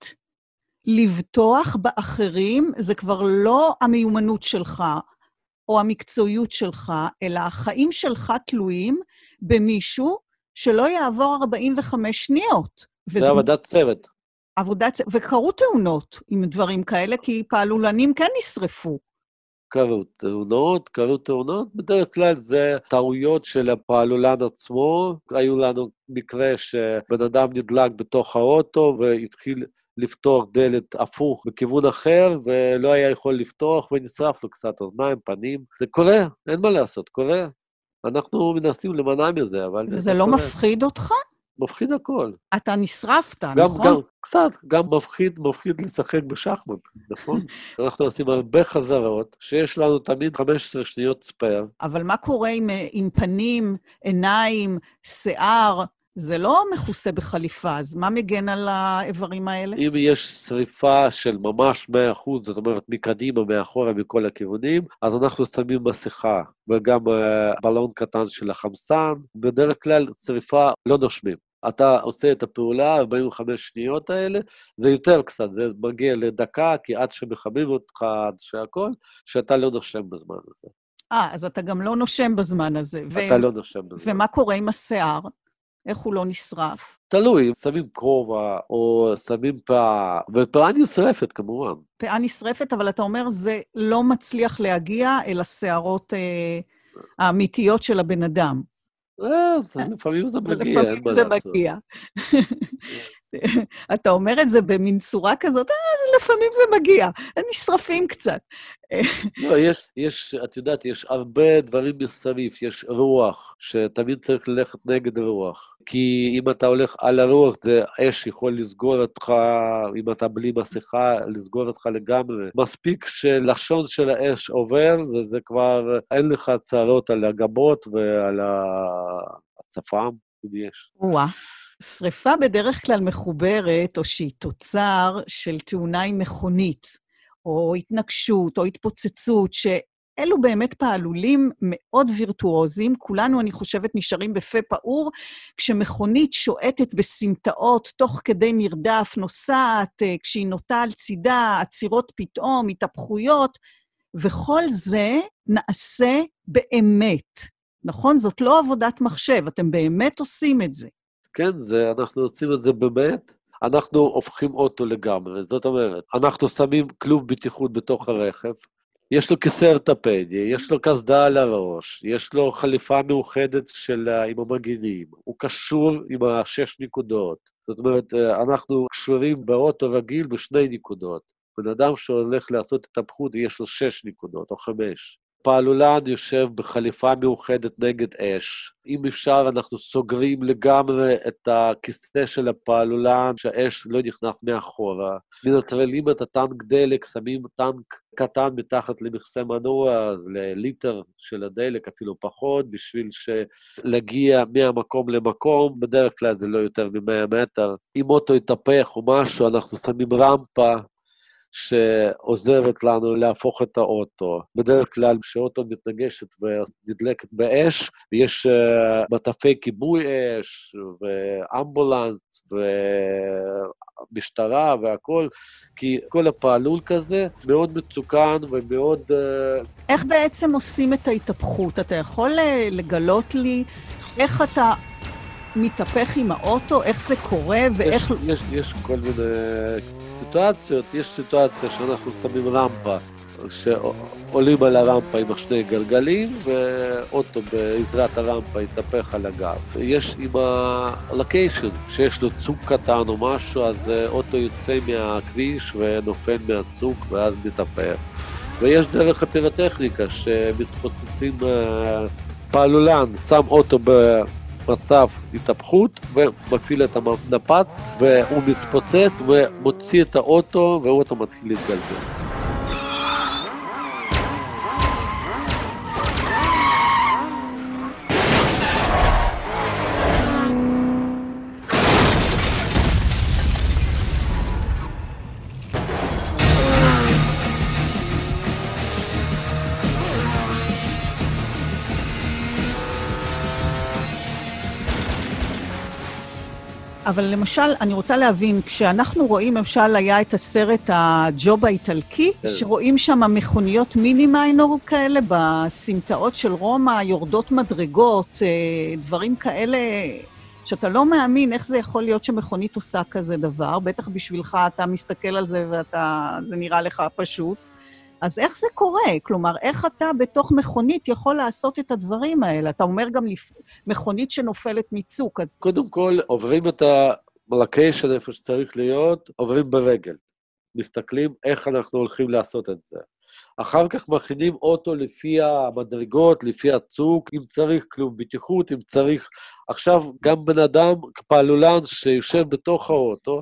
S2: לבטוח באחרים, זה כבר לא המיומנות שלך, או המקצועיות שלך, אלא החיים שלך תלויים במישהו שלא יעבור ארבעים וחמש שניות.
S3: זה עבודת צוות.
S2: עבודת צוות, וקרו תאונות עם דברים כאלה, כי פעלולנים כן נשרפו.
S3: קרו תאונות, קרו תאונות, בדרך כלל זה טעויות של הפעלולן עצמו. היו לנו מקרה שבן אדם נדלק בתוך האוטו והתחיל לפתוח דלת הפוך בכיוון אחר, ולא היה יכול לפתוח, ונצרף לו קצת אוזניים, פנים. זה קורה, אין מה לעשות, קורה. אנחנו מנסים למנע מזה, אבל...
S2: וזה לא קורה. מפחיד אותך?
S3: מפחיד הכל.
S2: אתה נשרפת,
S3: גם,
S2: נכון?
S3: גם, קצת, גם מפחיד, מפחיד לשחק בשחמט, נכון? אנחנו עושים הרבה חזרות, שיש לנו תמיד חמש עשרה שניות ספייר.
S2: אבל מה קורה עם, עם פנים, עיניים, שיער? זה לא מכוסה בחליפה, אז מה מגן על האיברים האלה?
S3: אם יש שריפה של ממש מאה אחוז, זאת אומרת מקדימה, מאחורה, מכל הכיוונים, אז אנחנו שמים מסכה, וגם בלון קטן של החמצן. בדרך כלל שריפה לא נושמים. אתה עושה את הפעולה, ארבעים וחמש שניות האלה, זה יותר קצת, זה מגיע לדקה, כי עד שמחמים אותך, עד שהכל, שאתה לא נושם בזמן הזה.
S2: אה, אז אתה גם לא נושם בזמן הזה.
S3: אתה ו... לא נושם בזמן.
S2: ומה קורה עם השיער? איך הוא לא נשרף?
S3: תלוי, שמים כובע, או שמים פאה, ופאה נשרפת כמובן.
S2: פאה נשרפת, אבל אתה אומר, זה לא מצליח להגיע אל השערות אה, האמיתיות של הבן אדם.
S3: אה, זה, לפעמים זה מגיע,
S2: לפעמים זה מגיע. אתה אומר את זה במין צורה כזאת, אה, לפעמים זה מגיע, נשרפים קצת.
S3: לא, יש, יש, את יודעת, יש הרבה דברים מסביב, יש רוח, שתמיד צריך ללכת נגד רוח. כי אם אתה הולך על הרוח, זה אש יכול לסגור אותך, אם אתה בלי מסכה, לסגור אותך לגמרי. מספיק שלחשון של האש עובר, וזה כבר, אין לך צערות על הגבות ועל הצפם, אם יש.
S2: וואה. שריפה בדרך כלל מחוברת, או שהיא תוצר של תאונה עם מכונית, או התנגשות, או התפוצצות, שאלו באמת פעלולים מאוד וירטואוזיים. כולנו, אני חושבת, נשארים בפה פעור, כשמכונית שועטת בסמטאות, תוך כדי מרדף, נוסעת, כשהיא נוטה על צידה, עצירות פתאום, התהפכויות, וכל זה נעשה באמת. נכון? זאת לא עבודת מחשב, אתם באמת עושים את זה.
S3: כן, זה, אנחנו עושים את זה באמת, אנחנו הופכים אוטו לגמרי, זאת אומרת, אנחנו שמים כלוב בטיחות בתוך הרכב, יש לו כיסא אורתופדי, יש לו קסדה על הראש, יש לו חליפה מאוחדת של, עם המגינים, הוא קשור עם השש נקודות, זאת אומרת, אנחנו קשורים באוטו רגיל בשני נקודות, בן אדם שהולך לעשות את הפחות, יש לו שש נקודות או חמש. פעלולן יושב בחליפה מאוחדת נגד אש. אם אפשר, אנחנו סוגרים לגמרי את הכיסא של הפעלולן, שהאש לא נכנס מאחורה. מנטרלים את הטנק דלק, שמים טנק קטן מתחת למכסה מנוע, לליטר של הדלק, אפילו פחות, בשביל להגיע מהמקום למקום. בדרך כלל זה לא יותר מ-מאה מטר. אם אוטו יתהפך או משהו, אנחנו שמים רמפה, שעוזרת לנו להפוך את האוטו. בדרך כלל כשאוטו מתנגשת ונדלקת באש, ויש uh, מטפי כיבוי אש, ואמבולנס, ומשטרה והכל, כי כל הפעלול כזה מאוד מצוקן ומאוד... Uh...
S2: איך בעצם עושים את ההתהפכות? אתה יכול לגלות לי איך אתה מתהפך עם האוטו, איך זה קורה ואיך...
S3: יש, יש, יש כל מיני... סיטואציות, יש סיטואציה שאנחנו שמים רמפה שעולים על הרמפה עם השני גלגלים, ואוטו בעזרת הרמפה יתהפך על הגב. יש עם הלוקיישן, שיש לו צוק קטן או משהו, אז אוטו יוצא מהכביש ונופל מהצוק ואז מתהפך. ויש דרך הפירוטכניקה שמתפוצצים פעלולן, שם אוטו במצב התהפכות ומפעיל את הנפץ והוא מתפוצץ ומוציא את האוטו והאוטו מתחיל להתגלגל.
S2: אבל למשל, אני רוצה להבין, כשאנחנו רואים, למשל, היה את הסרט הג'וב האיטלקי, שרואים שם מכוניות מיני-מיינור כאלה, בסמטאות של רומא, יורדות מדרגות, דברים כאלה, שאתה לא מאמין איך זה יכול להיות שמכונית עושה כזה דבר, בטח בשבילך אתה מסתכל על זה וזה נראה לך פשוט. אז איך זה קורה? כלומר, איך אתה בתוך מכונית יכול לעשות את הדברים האלה? אתה אומר גם לפ... מכונית שנופלת מצוק. אז...
S3: קודם כל, עוברים את הלוקיישן איפה שצריך להיות, עוברים ברגל. מסתכלים איך אנחנו הולכים לעשות את זה. אחר כך מכינים אוטו לפי המדרגות, לפי הצוק, אם צריך כלום בטיחות, אם צריך... עכשיו, גם בן אדם, פעלולן שיושב בתוך האוטו,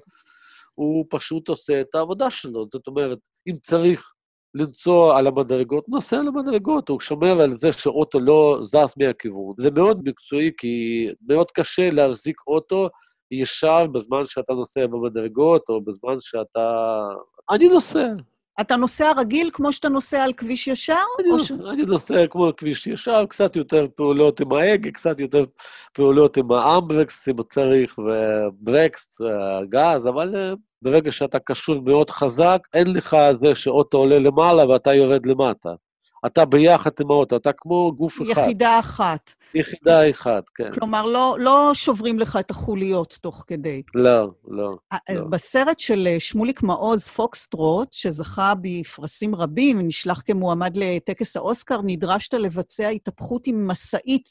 S3: הוא פשוט עושה את העבודה שלו. זאת אומרת, אם צריך לנסוע על המדרגות, נוסע על המדרגות, הוא שומר על זה שאוטו לא זז מהכיוון. זה מאוד מקצועי, כי מאוד קשה להחזיק אוטו ישר בזמן שאתה נוסע במדרגות, או בזמן שאתה... אני נוסע.
S2: אתה נוסע רגיל כמו שאתה נוסע על כביש ישר?
S3: אני, נוס... ש... אני נוסע כמו כביש ישר, קצת יותר פעולות עם ההגה, קצת יותר פעולות עם האמברקס, אם צריך, וברקס, גז, אבל... ברגע שאתה קשור מאוד חזק, אין לך זה שאוטו עולה למעלה ואתה יורד למטה. אתה ביחד עם האוטו, אתה כמו גוף אחד.
S2: יחידה אחת.
S3: יחידה אחת, כן.
S2: כלומר, לא, לא שוברים לך את החוליות תוך כדי.
S3: לא, לא.
S2: אז
S3: לא.
S2: בסרט של שמוליק מעוז, פוקסטרוט, שזכה בפרסים רבים, נשלח כמועמד לטקס האוסקר, נדרשת לבצע התהפכות עם מסעית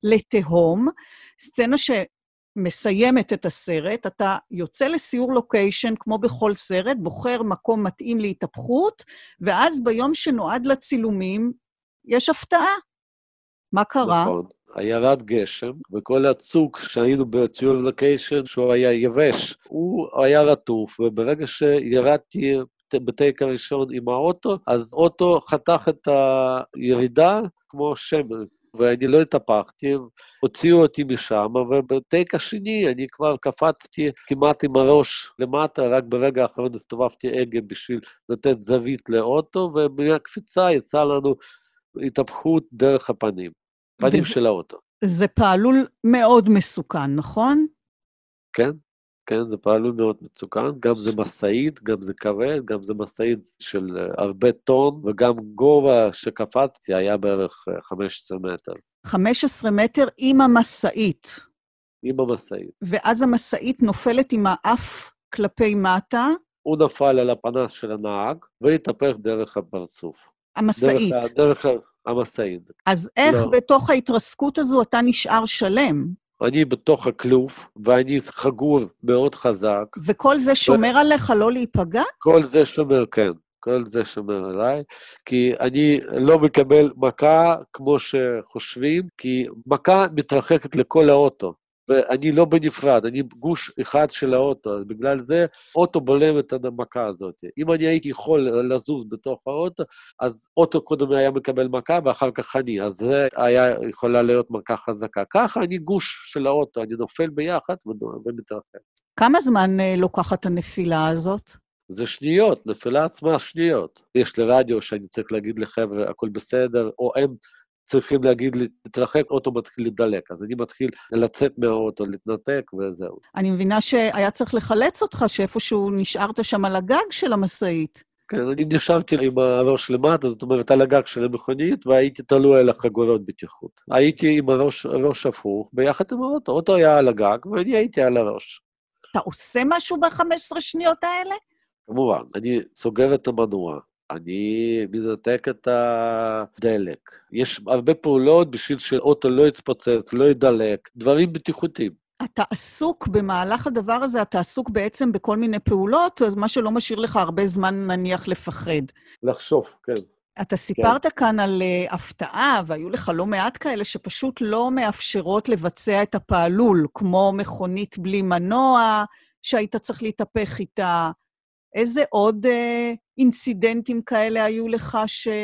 S2: לתהום, סצנה ש... מסיימת את הסרט, אתה יוצא לסיור לוקיישן, כמו בכל סרט, בוחר מקום מתאים להתהפכות, ואז ביום שנועד לצילומים, יש הפתעה. מה קרה?
S3: נכון, ירד גשם, וכל הצוק שהיינו בציור לוקיישן, שהוא היה יבש, הוא היה רטוף, וברגע שירדתי בטייק הראשון עם האוטו, אז אוטו חתך את הירידה כמו שמן. ואני לא התהפכתי, הוציאו אותי משם, ובטייק השני אני כבר קפצתי כמעט עם הראש למטה, רק ברגע האחרון הסתובבתי הגה בשביל לתת זווית לאוטו, ומהקפיצה יצא לנו התהפכות דרך הפנים, פנים וזה, של האוטו.
S2: זה פעלול מאוד מסוכן, נכון?
S3: כן. כן, זה פעלול מאוד מצוקן, גם זה מסעית, גם זה כבד, גם זה מסעית של הרבה טון, וגם גובה שקפצתי היה בערך חמישה עשר מטר.
S2: חמישה עשר מטר עם המסעית.
S3: עם המסעית.
S2: ואז המסעית נופלת עם האף כלפי מטה.
S3: הוא נפל על הפנס של הנהג, והתהפך דרך הפרצוף.
S2: המסעית.
S3: דרך, דרך המסעית.
S2: אז איך לא. בתוך ההתרסקות הזו אתה נשאר שלם?
S3: אני בתוך הכלוף, ואני חגור מאוד חזק.
S2: וכל זה שומר ו... עליך לא להיפגע?
S3: כל זה שומר, כן. כל זה שומר עליי, כי אני לא מקבל מכה כמו שחושבים, כי מכה מתרחקת לכל האוטו, ואני לא בנפרד, אני גוש אחד של האוטו, אז בגלל זה אוטו בולם את המכה הזאת. אם אני הייתי יכול לזוז בתוך האוטו, אז אוטו קודם היה מקבל מכה, ואחר כך אני, אז זה היה יכולה להיות מכה חזקה. ככה אני גוש של האוטו, אני נופל ביחד ומתרחק.
S2: כמה זמן לוקחת הנפילה הזאת?
S3: זה שניות, נפילה עצמה שניות. יש לי רדיו שאני צריך להגיד לחבר'ה, הכל בסדר, או הם צריכים להגיד לי, תתרחק, אוטו מתחיל לדלק, אז אני מתחיל לצאת מהאוטו, להתנתק וזהו.
S2: אני מבינה שהיה צריך לחלץ אותך, שאיפשהו נשארת שם על הגג של המסעית.
S3: כן, אני נשארתי עם הראש למטה, זאת אומרת, על הגג של המכונית, והייתי תלוי על החגורות בטיחות. הייתי עם הראש, הראש הפוך, ביחד עם האוטו, האוטו היה על הגג, ואני הייתי על הראש.
S2: אתה עושה משהו ב-חמש עשרה שניות האלה?
S3: כמובן, אני סוגר את המנוע, אני מנתק את הדלק. יש הרבה פעולות בשביל שאוטו לא יתפוצץ, לא ידלק, דברים בטיחותיים.
S2: אתה עסוק במהלך הדבר הזה, אתה עסוק בעצם בכל מיני פעולות, אז מה שלא משאיר לך הרבה זמן נניח לפחד.
S3: לחשוף, כן.
S2: אתה סיפרת כאן על uh, הפתעה, והיו לך לא מעט כאלה שפשוט לא מאפשרות לבצע את הפעלול, כמו מכונית בלי מנוע, שהיית צריך להתהפך איתה. איזה עוד uh, אינצידנטים כאלה היו לך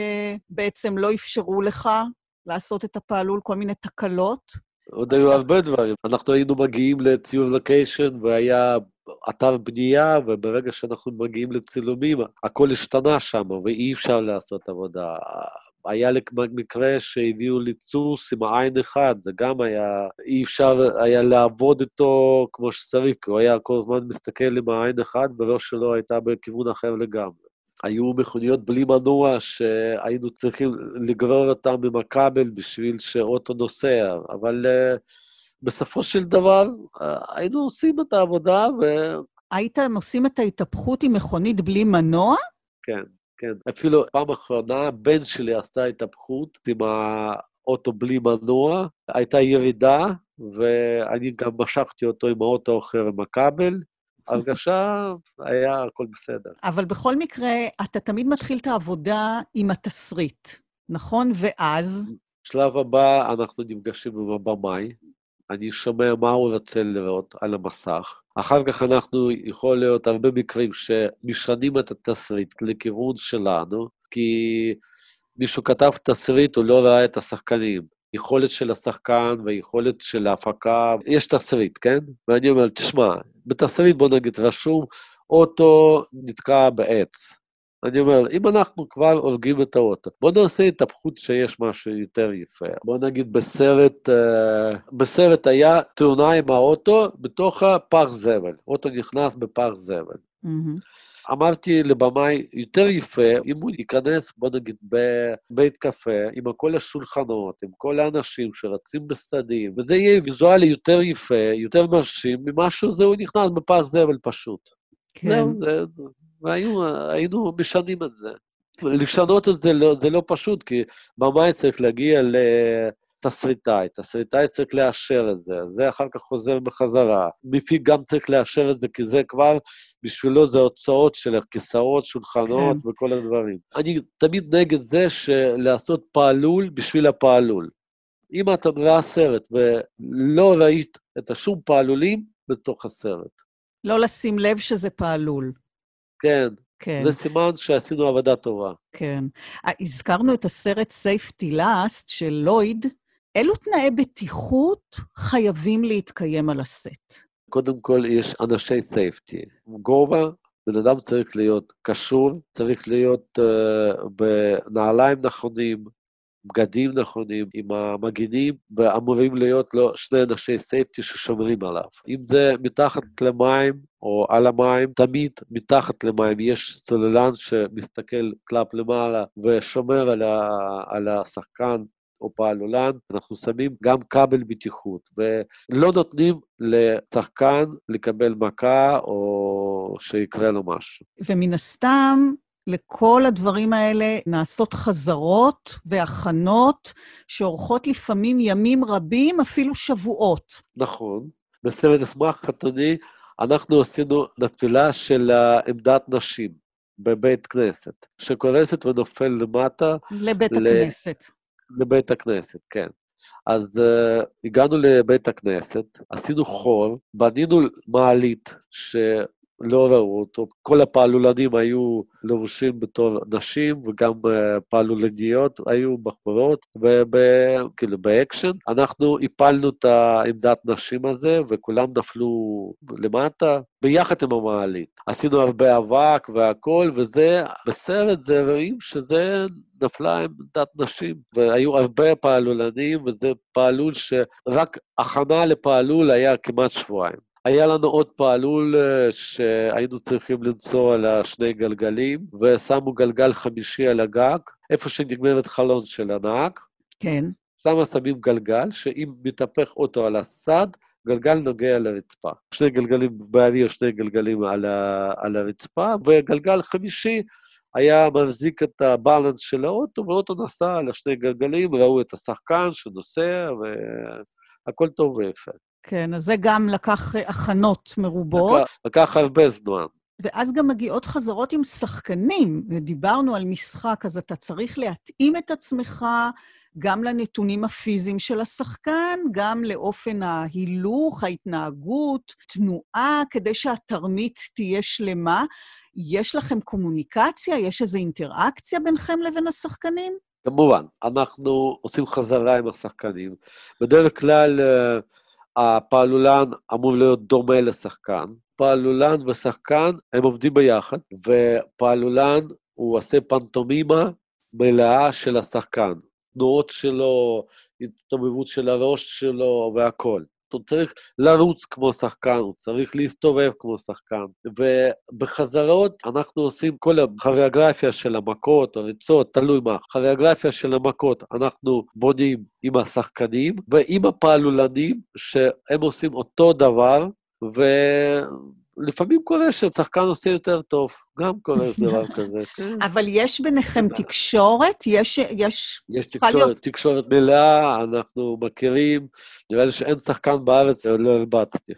S2: שבעצם לא אפשרו לך לעשות את הפעלול, כל מיני תקלות?
S3: עוד היו הרבה דברים. אנחנו היינו מגיעים לציור לוקיישן, והיה אתר בנייה, וברגע שאנחנו מגיעים לצילומים, הכל השתנה שם, ואי אפשר לעשות עבודה. היה מקרה שהביאו לי סוס עם העין אחד, זה גם היה, אי אפשר היה לעבוד איתו כמו שצריך, הוא היה כל הזמן מסתכל עם העין אחד, בראש שלו הייתה בכיוון אחר לגמרי. היו מכוניות בלי מנוע שהיינו צריכים לגרור אותם עם הכבל בשביל שאוטו נוסע, אבל uh, בסופו של דבר uh, היינו עושים את העבודה ו...
S2: הייתם עושים את ההתהפכות עם מכונית בלי מנוע?
S3: כן, כן. אפילו פעם אחרונה, בן שלי עשה התהפכות עם האוטו בלי מנוע, הייתה ירידה, ואני גם משכתי אותו עם האוטו אחר עם הכבל, הרגשה היה הכל בסדר.
S2: אבל בכל מקרה, אתה תמיד מתחיל את העבודה עם התסריט, נכון? ואז?
S3: שלב הבא, אנחנו נפגשים עם הבמאי, אני שומע מה הוא רוצה לראות על המסך. אחר כך אנחנו יכול להיות הרבה מקרים שמשנים את התסריט לכיוון שלנו, כי מישהו כתב תסריט, הוא לא ראה את השחקנים. יכולת של השחקן ויכולת של ההפקה, יש תסריט, כן? ואני אומר, תשמע, בתסריט בוא נגיד רשום, אוטו נתקע בעץ. אני אומר, אם אנחנו כבר הורגים את האוטו, בוא נעשה התהפכות שיש משהו יותר יפה. בוא נגיד בסרט, uh, בסרט היה תאונה עם האוטו בתוך הפח זבל. אוטו נכנס בפח זבל.
S2: Mm-hmm.
S3: אמרתי לבמאי, יותר יפה, אם הוא ייכנס, בוא נגיד, בבית קפה, עם כל השולחנות, עם כל האנשים שרצים בסדים, וזה יהיה ויזואלי יותר יפה, יותר מרשים, ממשהו זה הוא נכנס בפח זבל פשוט.
S2: כן.
S3: זהו, זה, והיינו, היינו משנים את זה. לשנות את זה לא, זה לא פשוט, כי במאי צריך להגיע לתסריטאי, תסריטאי צריך לאשר את זה, זה אחר כך חוזר בחזרה. מפיק גם צריך לאשר את זה, כי זה כבר, בשבילו זה הוצאות של הכיסאות, שולחנות כן. וכל הדברים. אני תמיד נגד זה שלעשות פעלול בשביל הפעלול. אם אתה רואה סרט ולא ראית את השום פעלולים בתוך הסרט.
S2: לא לשים לב שזה פעלול.
S3: כן,
S2: כן.
S3: זה סימן שעשינו עבודה טובה.
S2: כן. הזכרנו את הסרט Safety Last של לויד. אילו תנאי בטיחות חייבים להתקיים על הסט?
S3: קודם כל, יש אנשי סייפטי. גובה, בן אדם צריך להיות קשור, צריך להיות uh, בנעליים נכונים, בגדים נכונים, עם המגינים, ואמורים להיות לו שני אנשי סייפטי ששומרים עליו. אם זה מתחת למים או על המים, תמיד מתחת למים יש צוללן שמסתכל כלפ למעלה ושומר על, ה, על השחקן או פעלולן. אנחנו שמים גם כבל בטיחות, ולא נותנים לשחקן לקבל מכה או שיקרה לו משהו.
S2: ומן הסתם, לכל הדברים האלה נעשות חזרות והכנות שעורכות לפעמים ימים רבים, אפילו שבועות.
S3: נכון. בסרט אשמח חתוני, אנחנו עשינו נפילה של עמדת נשים בבית כנסת, שקורסת ונופל למטה.
S2: לבית הכנסת.
S3: לבית הכנסת, כן. אז uh, הגענו לבית הכנסת, עשינו חור, בנינו מעלית ש... לא ראו אותו. כל הפעלולנים היו לבושים בתור נשים, וגם פעלולניות היו בחורות, וכאילו באקשן. אנחנו הפלנו את העמדת נשים הזה, וכולם נפלו למטה, ביחד עם המעלית. עשינו הרבה אבק והכל, וזה, בסרט זה רואים שזה נפלה עמדת נשים, והיו הרבה פעלולנים, וזה פעלול שרק הכנה לפעלול היה כמעט שבועיים. היה לנו עוד פעלול שהיינו צריכים לנסוע על השני גלגלים, ושמו גלגל חמישי על הגג, איפה שנגמרת חלון של הנהג.
S2: כן.
S3: שמה שמים גלגל, שאם מתהפך אותו על הצד, גלגל נוגע לרצפה. שני גלגלים באוויר, שני גלגלים על, ה, על הרצפה, וגלגל חמישי היה מחזיק את הבלנס של האוטו, והאוטו נסע על השני גלגלים, ראו את השחקן שנוסע, והכל טוב ויפה.
S2: כן, אז זה גם לקח הכנות מרובות.
S3: לקח, לקח הרבה זמן.
S2: ואז גם מגיעות חזרות עם שחקנים, ודיברנו על משחק, אז אתה צריך להתאים את עצמך גם לנתונים הפיזיים של השחקן, גם לאופן ההילוך, ההתנהגות, תנועה, כדי שהתרמית תהיה שלמה. יש לכם קומוניקציה? יש איזו אינטראקציה ביניכם לבין השחקנים?
S3: כמובן, אנחנו עושים חזרה עם השחקנים. בדרך כלל הפעלולן אמור להיות דומה לשחקן. פעלולן ושחקן הם עובדים ביחד, ופעלולן הוא עושה פנטומימה מלאה של השחקן. תנועות שלו, התובבות של הראש שלו והכל. הוא צריך לרוץ כמו שחקן, הוא צריך להסתובב כמו שחקן. ובחזרות אנחנו עושים כל הכוריאוגרפיה של המכות, הריצות, תלוי מה. הכוריאוגרפיה של המכות אנחנו בונים עם השחקנים ועם הפעלולנים שהם עושים אותו דבר, ולפעמים קורה ששחקן עושה יותר טוב. גם קורה דבר כזה.
S2: אבל יש ביניכם תקשורת? יש...
S3: יש, יש תקשורת, תקשורת מלאה, אנחנו מכירים, נראה לי שאין שחקן בארץ, לא הרבצתי.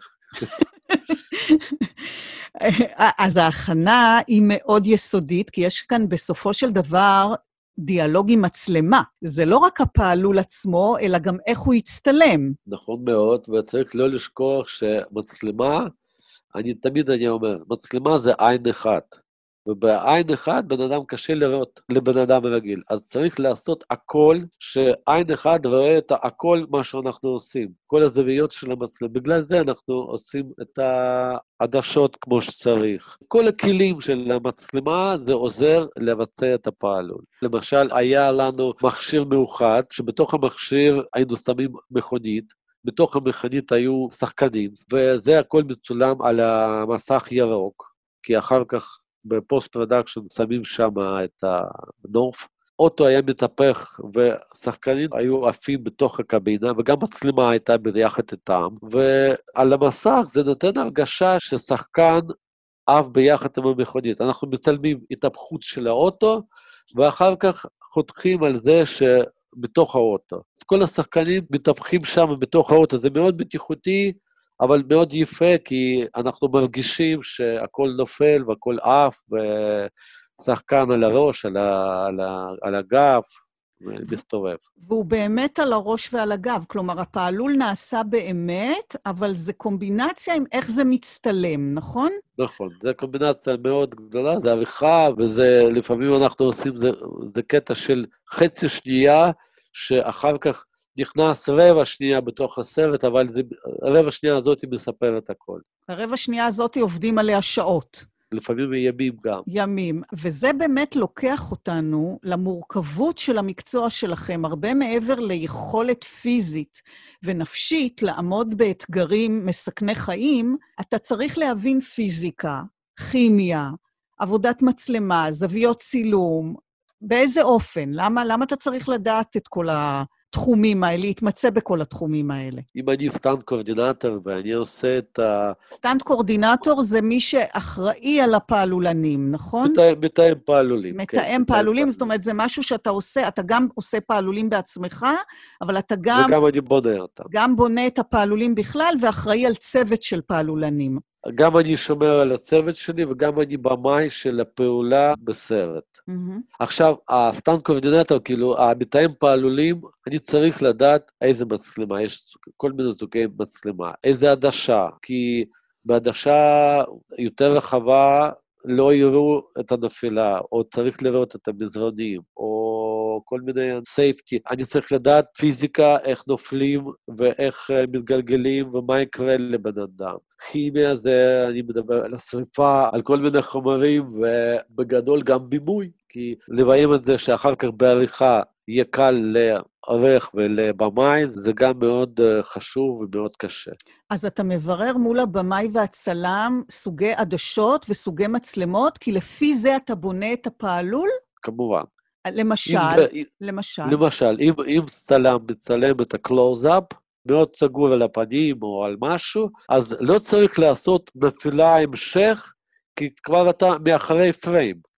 S2: אז ההכנה היא מאוד יסודית, כי יש כאן בסופו של דבר דיאלוג עם מצלמה. זה לא רק הפעלול עצמו, אלא גם איך הוא יצטלם.
S3: נכון מאוד, וצריך לא לשכוח שמצלמה, אני תמיד אני אומר, מצלמה זה עין אחת. ובעין אחד בן אדם קשה לראות לבן אדם רגיל. אז צריך לעשות הכל שעין אחד רואה את הכל מה שאנחנו עושים. כל הזוויות של המצלמה. בגלל זה אנחנו עושים את העדשות כמו שצריך. כל הכלים של המצלמה זה עוזר לבצע את הפעלול. למשל, היה לנו מכשיר מאוחד, שבתוך המכשיר היינו שמים מכונית, בתוך המכונית היו שחקנים, וזה הכל מצולם על המסך ירוק, כי אחר כך בפוסט פרודקשן שמים שם את הנוף. אוטו היה מתהפך ושחקנים היו עפים בתוך הקבינה, וגם מצלמה הייתה ביחד איתם, ועל המסך זה נותן הרגשה ששחקן עף ביחד עם המכונית. אנחנו מצלמים התהפכות של האוטו, ואחר כך חותכים על זה שבתוך האוטו. אז כל השחקנים מתהפכים שם בתוך האוטו, זה מאוד בטיחותי, אבל מאוד יפה, כי אנחנו מרגישים שהכל נופל והכל עף, ושחקן על הראש, על, ה, על, ה, על הגב, ומסתובב.
S2: והוא באמת על הראש ועל הגב, כלומר, הפעלול נעשה באמת, אבל זה קומבינציה עם איך זה מצטלם, נכון?
S3: נכון, זה קומבינציה מאוד גדולה, זה עריכה, וזה, לפעמים אנחנו עושים, זה, זה קטע של חצי שנייה, שאחר כך, נכנס רבע שנייה בתוך הסרט, אבל זה, הרבע שנייה הזאת היא מספרת הכל.
S2: הרבע שנייה הזאת עובדים עליה שעות.
S3: לפעמים ימים גם.
S2: ימים, וזה באמת לוקח אותנו למורכבות של המקצוע שלכם, הרבה מעבר ליכולת פיזית ונפשית לעמוד באתגרים מסכני חיים, אתה צריך להבין פיזיקה, כימיה, עבודת מצלמה, זוויות צילום, באיזה אופן? למה, למה אתה צריך לדעת את כל ה... תחומים האלה, להתמצא בכל התחומים האלה.
S3: אם אני סטנט קורדינטור ואני עושה את ה...
S2: סטנט קורדינטור זה מי שאחראי על הפעלולנים, נכון?
S3: מתאם, מתאם פעלולים.
S2: מתאם כן, פעלולים, זאת אומרת, זה משהו שאתה עושה, אתה גם עושה פעלולים בעצמך, אבל אתה גם...
S3: וגם אני בונה אותם.
S2: גם בונה את הפעלולים בכלל, ואחראי על צוות של פעלולנים.
S3: גם אני שומר על הצוות שלי, וגם אני במאי של הפעולה בסרט. Mm-hmm. עכשיו, הסטנט קורדינטור, כאילו, המתאם פעלולים, אני צריך לדעת איזה מצלמה, יש כל מיני סוגי מצלמה, איזה עדשה, כי בעדשה יותר רחבה לא יראו את הנפילה, או צריך לראות את המזרונים, או כל מיני סייפטי. אני צריך לדעת פיזיקה, איך נופלים ואיך מתגלגלים ומה יקרה לבן אדם. כימיה זה, אני מדבר על השריפה, על כל מיני חומרים, ובגדול גם בימוי, כי לביים את זה שאחר כך בעריכה יהיה קל לערך ולבמאי, זה גם מאוד חשוב ומאוד קשה.
S2: אז אתה מברר מול הבמאי והצלם סוגי עדשות וסוגי מצלמות, כי לפי זה אתה בונה את הפעלול?
S3: כמובן.
S2: למשל,
S3: זה,
S2: למשל.
S3: למשל, אם, אם צלם מצלם את הקלוז-אפ, מאוד סגור על הפנים או על משהו, אז לא צריך לעשות נפילה המשך, כי כבר אתה מאחרי פריים.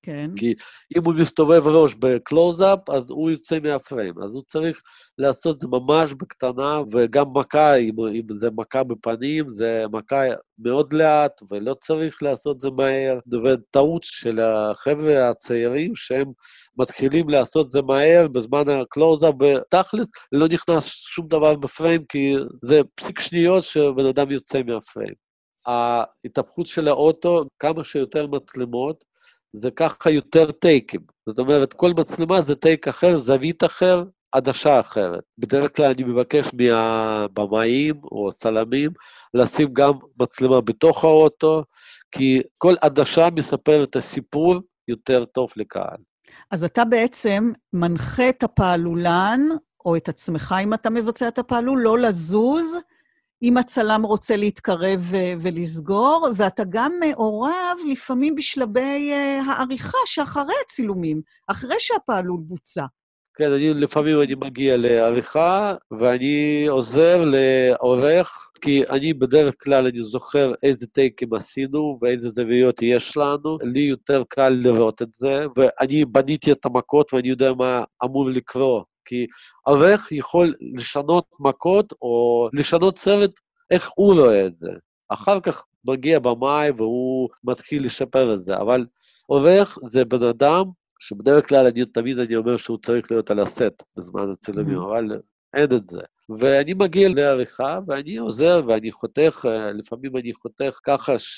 S2: כן.
S3: כי אם הוא מסתובב ראש בקלוז-אפ, אז הוא יוצא מהפריים. אז הוא צריך לעשות זה ממש בקטנה, וגם מכה, אם, אם זה מכה בפנים, זה מכה מאוד לאט, ולא צריך לעשות זה מהר. וטעות של החבר'ה הצעירים, שהם מתחילים לעשות זה מהר בזמן הקלוז-אפ, ותכלס לא נכנס שום דבר בפריים, כי זה פסיק שניות שבן אדם יוצא מהפריים. ההתהפכות של האוטו, כמה שיותר מצלמות, זה ככה יותר טייקים. זאת אומרת, כל מצלמה זה טייק אחר, זווית אחר, עדשה אחרת. בדרך כלל אני מבקש מהבמאים או צלמים לשים גם מצלמה בתוך האוטו, כי כל עדשה מספרת את הסיפור יותר טוב לקהל.
S2: אז אתה בעצם מנחה את הפעלולן, או את עצמך אם אתה מבצע את הפעלול, לא לזוז, אם הצלם רוצה להתקרב ו- ולסגור, ואתה גם מעורב לפעמים בשלבי uh, העריכה שאחרי הצילומים, אחרי שהפעלול בוצע.
S3: כן, אני לפעמים אני מגיע לעריכה, ואני עוזר לעורך, כי אני בדרך כלל אני זוכר איזה טייקים עשינו, ואיזה זוויות יש לנו, לי יותר קל לראות את זה, ואני בניתי את המכות, ואני יודע מה אמור לקרוא. כי עורך יכול לשנות מכות, או לשנות סרט, איך הוא רואה את זה. אחר כך מגיע במאי, והוא מתחיל לשפר את זה. אבל עורך זה בן אדם, שבדרך כלל אני תמיד אני אומר שהוא צריך להיות על הסט, בזמן הצילומים, mm-hmm. אבל אין את זה. ואני מגיע לעריכה, ואני עוזר, ואני חותך, לפעמים אני חותך ככה ש...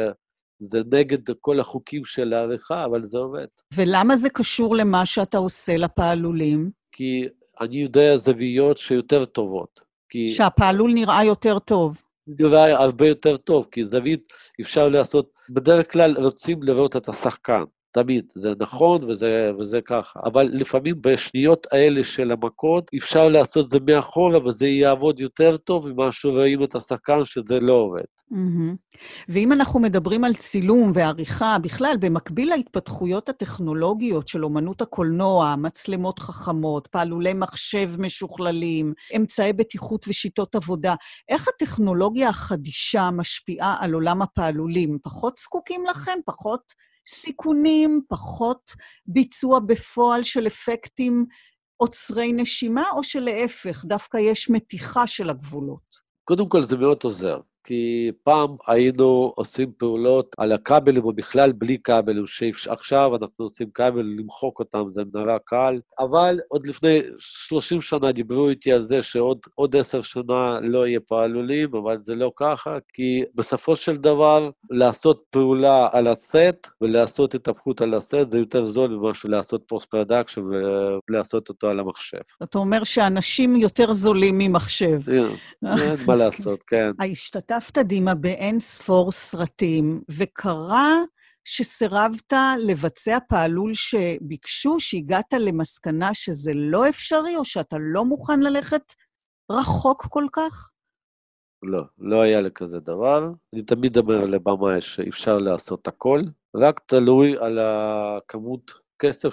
S3: זה נגד כל החוקים של העריכה, אבל זה עובד.
S2: ולמה זה קשור למה שאתה עושה לפעלולים?
S3: כי אני יודע זוויות שיותר טובות. כי...
S2: שהפעלול נראה יותר טוב.
S3: נראה הרבה יותר טוב, כי זווית אפשר לעשות, בדרך כלל רוצים לראות את השחקן, תמיד, זה נכון וזה, וזה ככה, אבל לפעמים בשניות האלה של המכות, אפשר לעשות זה מאחורה, וזה יעבוד יותר טוב ממה שרואים את השחקן שזה לא עובד.
S2: Mm-hmm. ואם אנחנו מדברים על צילום ועריכה, בכלל, במקביל להתפתחויות הטכנולוגיות של אומנות הקולנוע, מצלמות חכמות, פעלולי מחשב משוכללים, אמצעי בטיחות ושיטות עבודה, איך הטכנולוגיה החדישה משפיעה על עולם הפעלולים? פחות זקוקים לכם? פחות סיכונים? פחות ביצוע בפועל של אפקטים עוצרי נשימה, או שלהפך, דווקא יש מתיחה של הגבולות?
S3: קודם כל זה מאוד עוזר. כי פעם היינו עושים פעולות על הכבלים, או בכלל בלי כבלים, שעכשיו אנחנו עושים כבל, למחוק אותם, זה נורא קל, אבל עוד לפני שלושים שנה דיברו איתי על זה, שעוד עוד עשר שנה לא יהיה פעלולים, אבל זה לא ככה, כי בסופו של דבר, לעשות פעולה על הסט, ולעשות התהפכות על הסט, זה יותר זול ממשהו לעשות פוסט-פרודקשן, ולעשות אותו על המחשב.
S2: אתה אומר שאנשים יותר זולים ממחשב.
S3: אין מה לעשות, כן.
S2: השתתפת דימה באין ספור סרטים, וקרה שסירבת לבצע פעלול שביקשו, שהגעת למסקנה שזה לא אפשרי, או שאתה לא מוכן ללכת רחוק כל כך?
S3: לא, לא היה לי כזה דבר. אני תמיד אומר לבמה שאפשר לעשות הכל, רק תלוי על הכמות כסף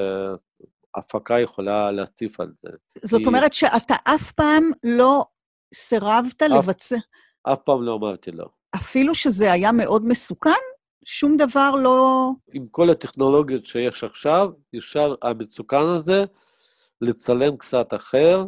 S3: שההפקה יכולה להציף על זה.
S2: זאת
S3: כי...
S2: אומרת שאתה אף פעם לא סירבת
S3: אף...
S2: לבצע...
S3: אף פעם לא אמרתי לא.
S2: אפילו שזה היה מאוד מסוכן? שום דבר לא...
S3: עם כל הטכנולוגיות שיש עכשיו, אפשר המצוקן הזה לצלם קצת אחר,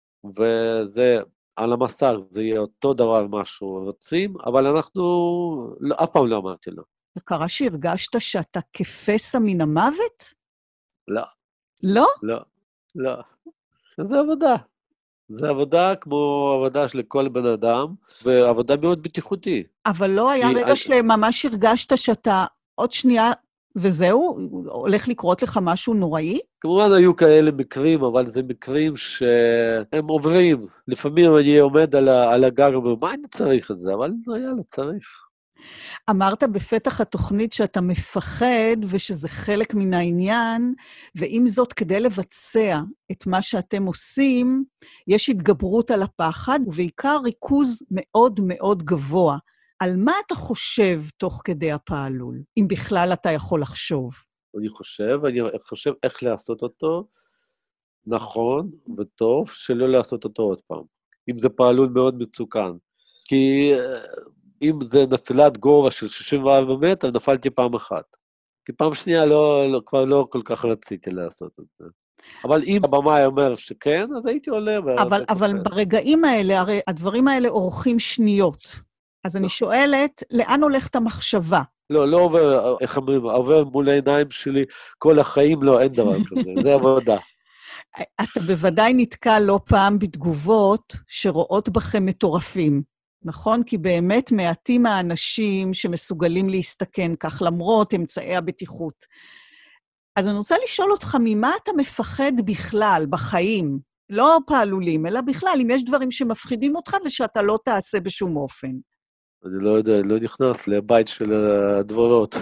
S3: וזה על המסך, זה יהיה אותו דבר משהו רוצים, אבל אנחנו, לא, אף פעם לא אמרתי לא.
S2: וקרה שהרגשת שאתה כפסע מן המוות?
S3: לא.
S2: לא?
S3: לא, לא. זה עבודה. זה עבודה כמו עבודה של כל בן אדם, ועבודה מאוד בטיחותי.
S2: אבל לא היה רגע אני... שממש הרגשת שאתה עוד שנייה, וזהו, הולך לקרות לך משהו נוראי?
S3: כמובן היו כאלה מקרים, אבל זה מקרים שהם עוברים. לפעמים אני עומד על, ה... על הגג ואומר, מה אני צריך את זה? אבל לא יאללה, צריך.
S2: אמרת בפתח התוכנית שאתה מפחד ושזה חלק מן העניין, ועם זאת כדי לבצע את מה שאתם עושים, יש התגברות על הפחד, ובעיקר ריכוז מאוד מאוד גבוה. על מה אתה חושב תוך כדי הפעלול, אם בכלל אתה יכול לחשוב? אני
S3: חושב, אני חושב איך לעשות אותו נכון וטוב, שלא לעשות אותו עוד פעם. אם זה פעלול מאוד מצוקן. כי... אם זה נפילת גובה של שישים וארבע מטר, נפלתי פעם אחת. כי פעם שנייה לא, לא, כבר לא כל כך רציתי לעשות את זה. אבל אם הבמאי אומר שכן, אז הייתי עולה.
S2: אבל, אבל ברגעים האלה, הרי הדברים האלה אורחים שניות. אז אני שואלת, לאן הולכת המחשבה?
S3: לא, לא עובר, איך אומרים, עובר מול העיניים שלי, כל החיים לא, אין דבר כזה, זה עבודה.
S2: אתה בוודאי נתקע לא פעם בתגובות שרואות בכם מטורפים, נכון? כי באמת מעטים האנשים שמסוגלים להסתכן כך, למרות אמצעי הבטיחות. אז אני רוצה לשאול אותך, ממה אתה מפחד בכלל בחיים? לא פעלולים, אלא בכלל, אם יש דברים שמפחידים אותך ושאתה לא תעשה בשום אופן.
S3: אני לא יודע, לא נכנס לבית של הדבורות.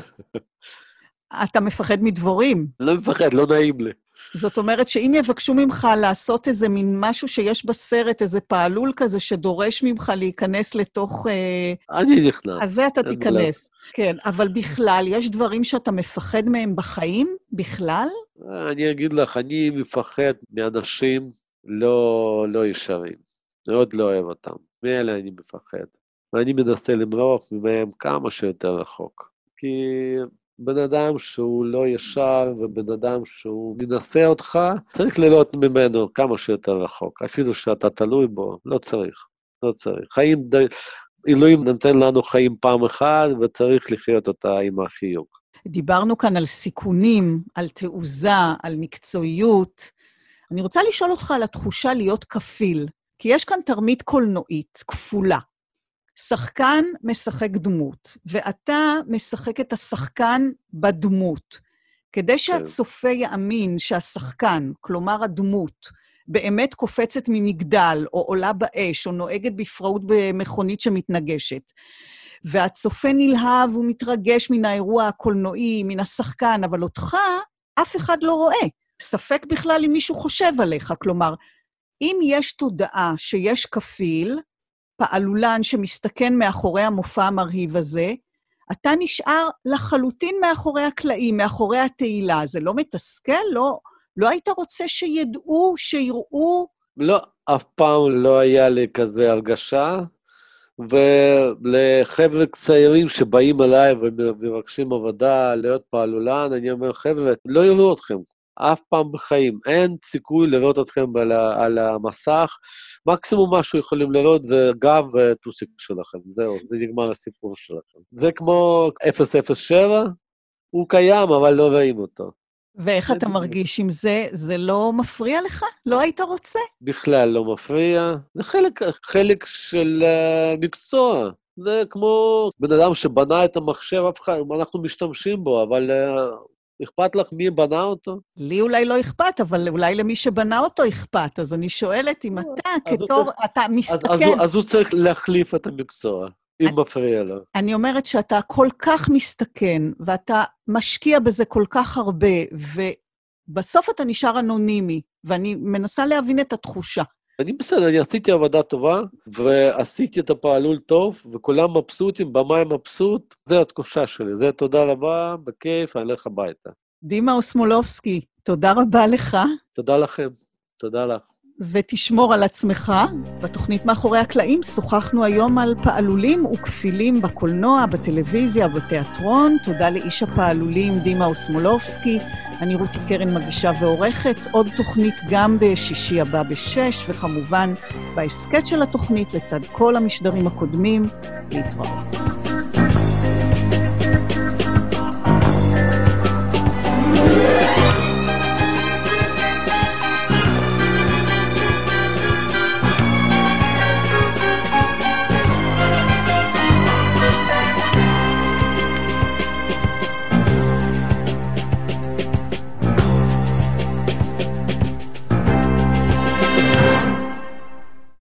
S2: אתה מפחד מדבורים?
S3: לא מפחד, לא נעים לי.
S2: זאת אומרת שאם יבקשו ממך לעשות איזה מין משהו שיש בסרט, איזה פעלול כזה שדורש ממך להיכנס לתוך...
S3: אני נכנס.
S2: אז זה אתה תיכנס. כן, אבל בכלל, יש דברים שאתה מפחד מהם בחיים? בכלל?
S3: אני אגיד לך, אני מפחד מאנשים לא, לא ישרים. מאוד לא אוהב אותם. מאלה אני מפחד. ואני מנסה למרוח מהם כמה שיותר רחוק. כי בן אדם שהוא לא ישר, ובן אדם שהוא מנסה אותך, צריך לראות ממנו כמה שיותר רחוק. אפילו שאתה תלוי בו, לא צריך. לא צריך. חיים, די... אלוהים נותן לנו חיים פעם אחת, וצריך לחיות אותה עם החיוך.
S2: דיברנו כאן על סיכונים, על תעוזה, על מקצועיות. אני רוצה לשאול אותך על התחושה להיות כפיל, כי יש כאן תרמית קולנועית, כפולה. שחקן משחק דמות, ואתה משחק את השחקן בדמות. כדי שהצופה יאמין שהשחקן, כלומר הדמות, באמת קופצת ממגדל, או עולה באש, או נוהגת בפראות במכונית שמתנגשת. והצופה נלהב ומתרגש מן האירוע הקולנועי, מן השחקן, אבל אותך אף אחד לא רואה. ספק בכלל אם מישהו חושב עליך. כלומר, אם יש תודעה שיש כפיל, פעלולן שמסתכן מאחורי המופע המרהיב הזה, אתה נשאר לחלוטין מאחורי הקלעים, מאחורי התהילה. זה לא מתסכל? לא, לא היית רוצה שידעו, שיראו?
S3: לא, אף פעם לא היה לי כזה הרגשה, ולחבר'ה צעירים שבאים אליי ומבקשים עבודה, להיות פעלולן, אני אומר, חבר'ה, לא יראו אתכם. אף פעם בחיים. אין סיכוי לראות אתכם על, על המסך. מקסימום משהו יכולים לראות זה גב וטוסיק שלכם. זהו, זה נגמר הסיפור שלכם. זה כמו אפס אפס שבע, הוא קיים, אבל לא רואים אותו.
S2: ואיך אתה מרגיש עם זה? זה לא מפריע לך? לא היית רוצה?
S3: בכלל לא מפריע. זה חלק, חלק של uh, מקצוע. זה כמו בן אדם שבנה את המחשב, אף אחד, אנחנו משתמשים בו, אבל... Uh, אכפת לך מי בנה אותו?
S2: לי אולי לא אכפת, אבל אולי למי שבנה אותו אכפת. אז אני שואלת אם אתה כתור, אתה מסתכן...
S3: אז הוא צריך להחליף את המקצוע, אם מפריע לו.
S2: אני אומרת שאתה כל כך מסתכן, ואתה משקיע בזה כל כך הרבה, ובסוף אתה נשאר אנונימי, ואני מנסה להבין את התחושה.
S3: אני בסדר, אני עשיתי עבודה טובה, ועשיתי את הפעלול טוב, וכולם מבסוטים, במאי מבסוט, זה התחושה שלי, זה תודה רבה, בכיף, אני הולך הביתה.
S2: דימה אוסמולובסקי, תודה רבה לך.
S3: תודה לכם, תודה לך.
S2: ותשמור על עצמך. בתוכנית מאחורי הקלעים שוחחנו היום על פעלולים וכפילים בקולנוע, בטלוויזיה, בתיאטרון. תודה לאיש הפעלולים דימה אוסמולובסקי. אני רותי קרן מגישה ועורכת. עוד תוכנית גם בשישי הבא בשש, וכמובן בהסקט של התוכנית לצד כל המשדרים הקודמים. להתראות.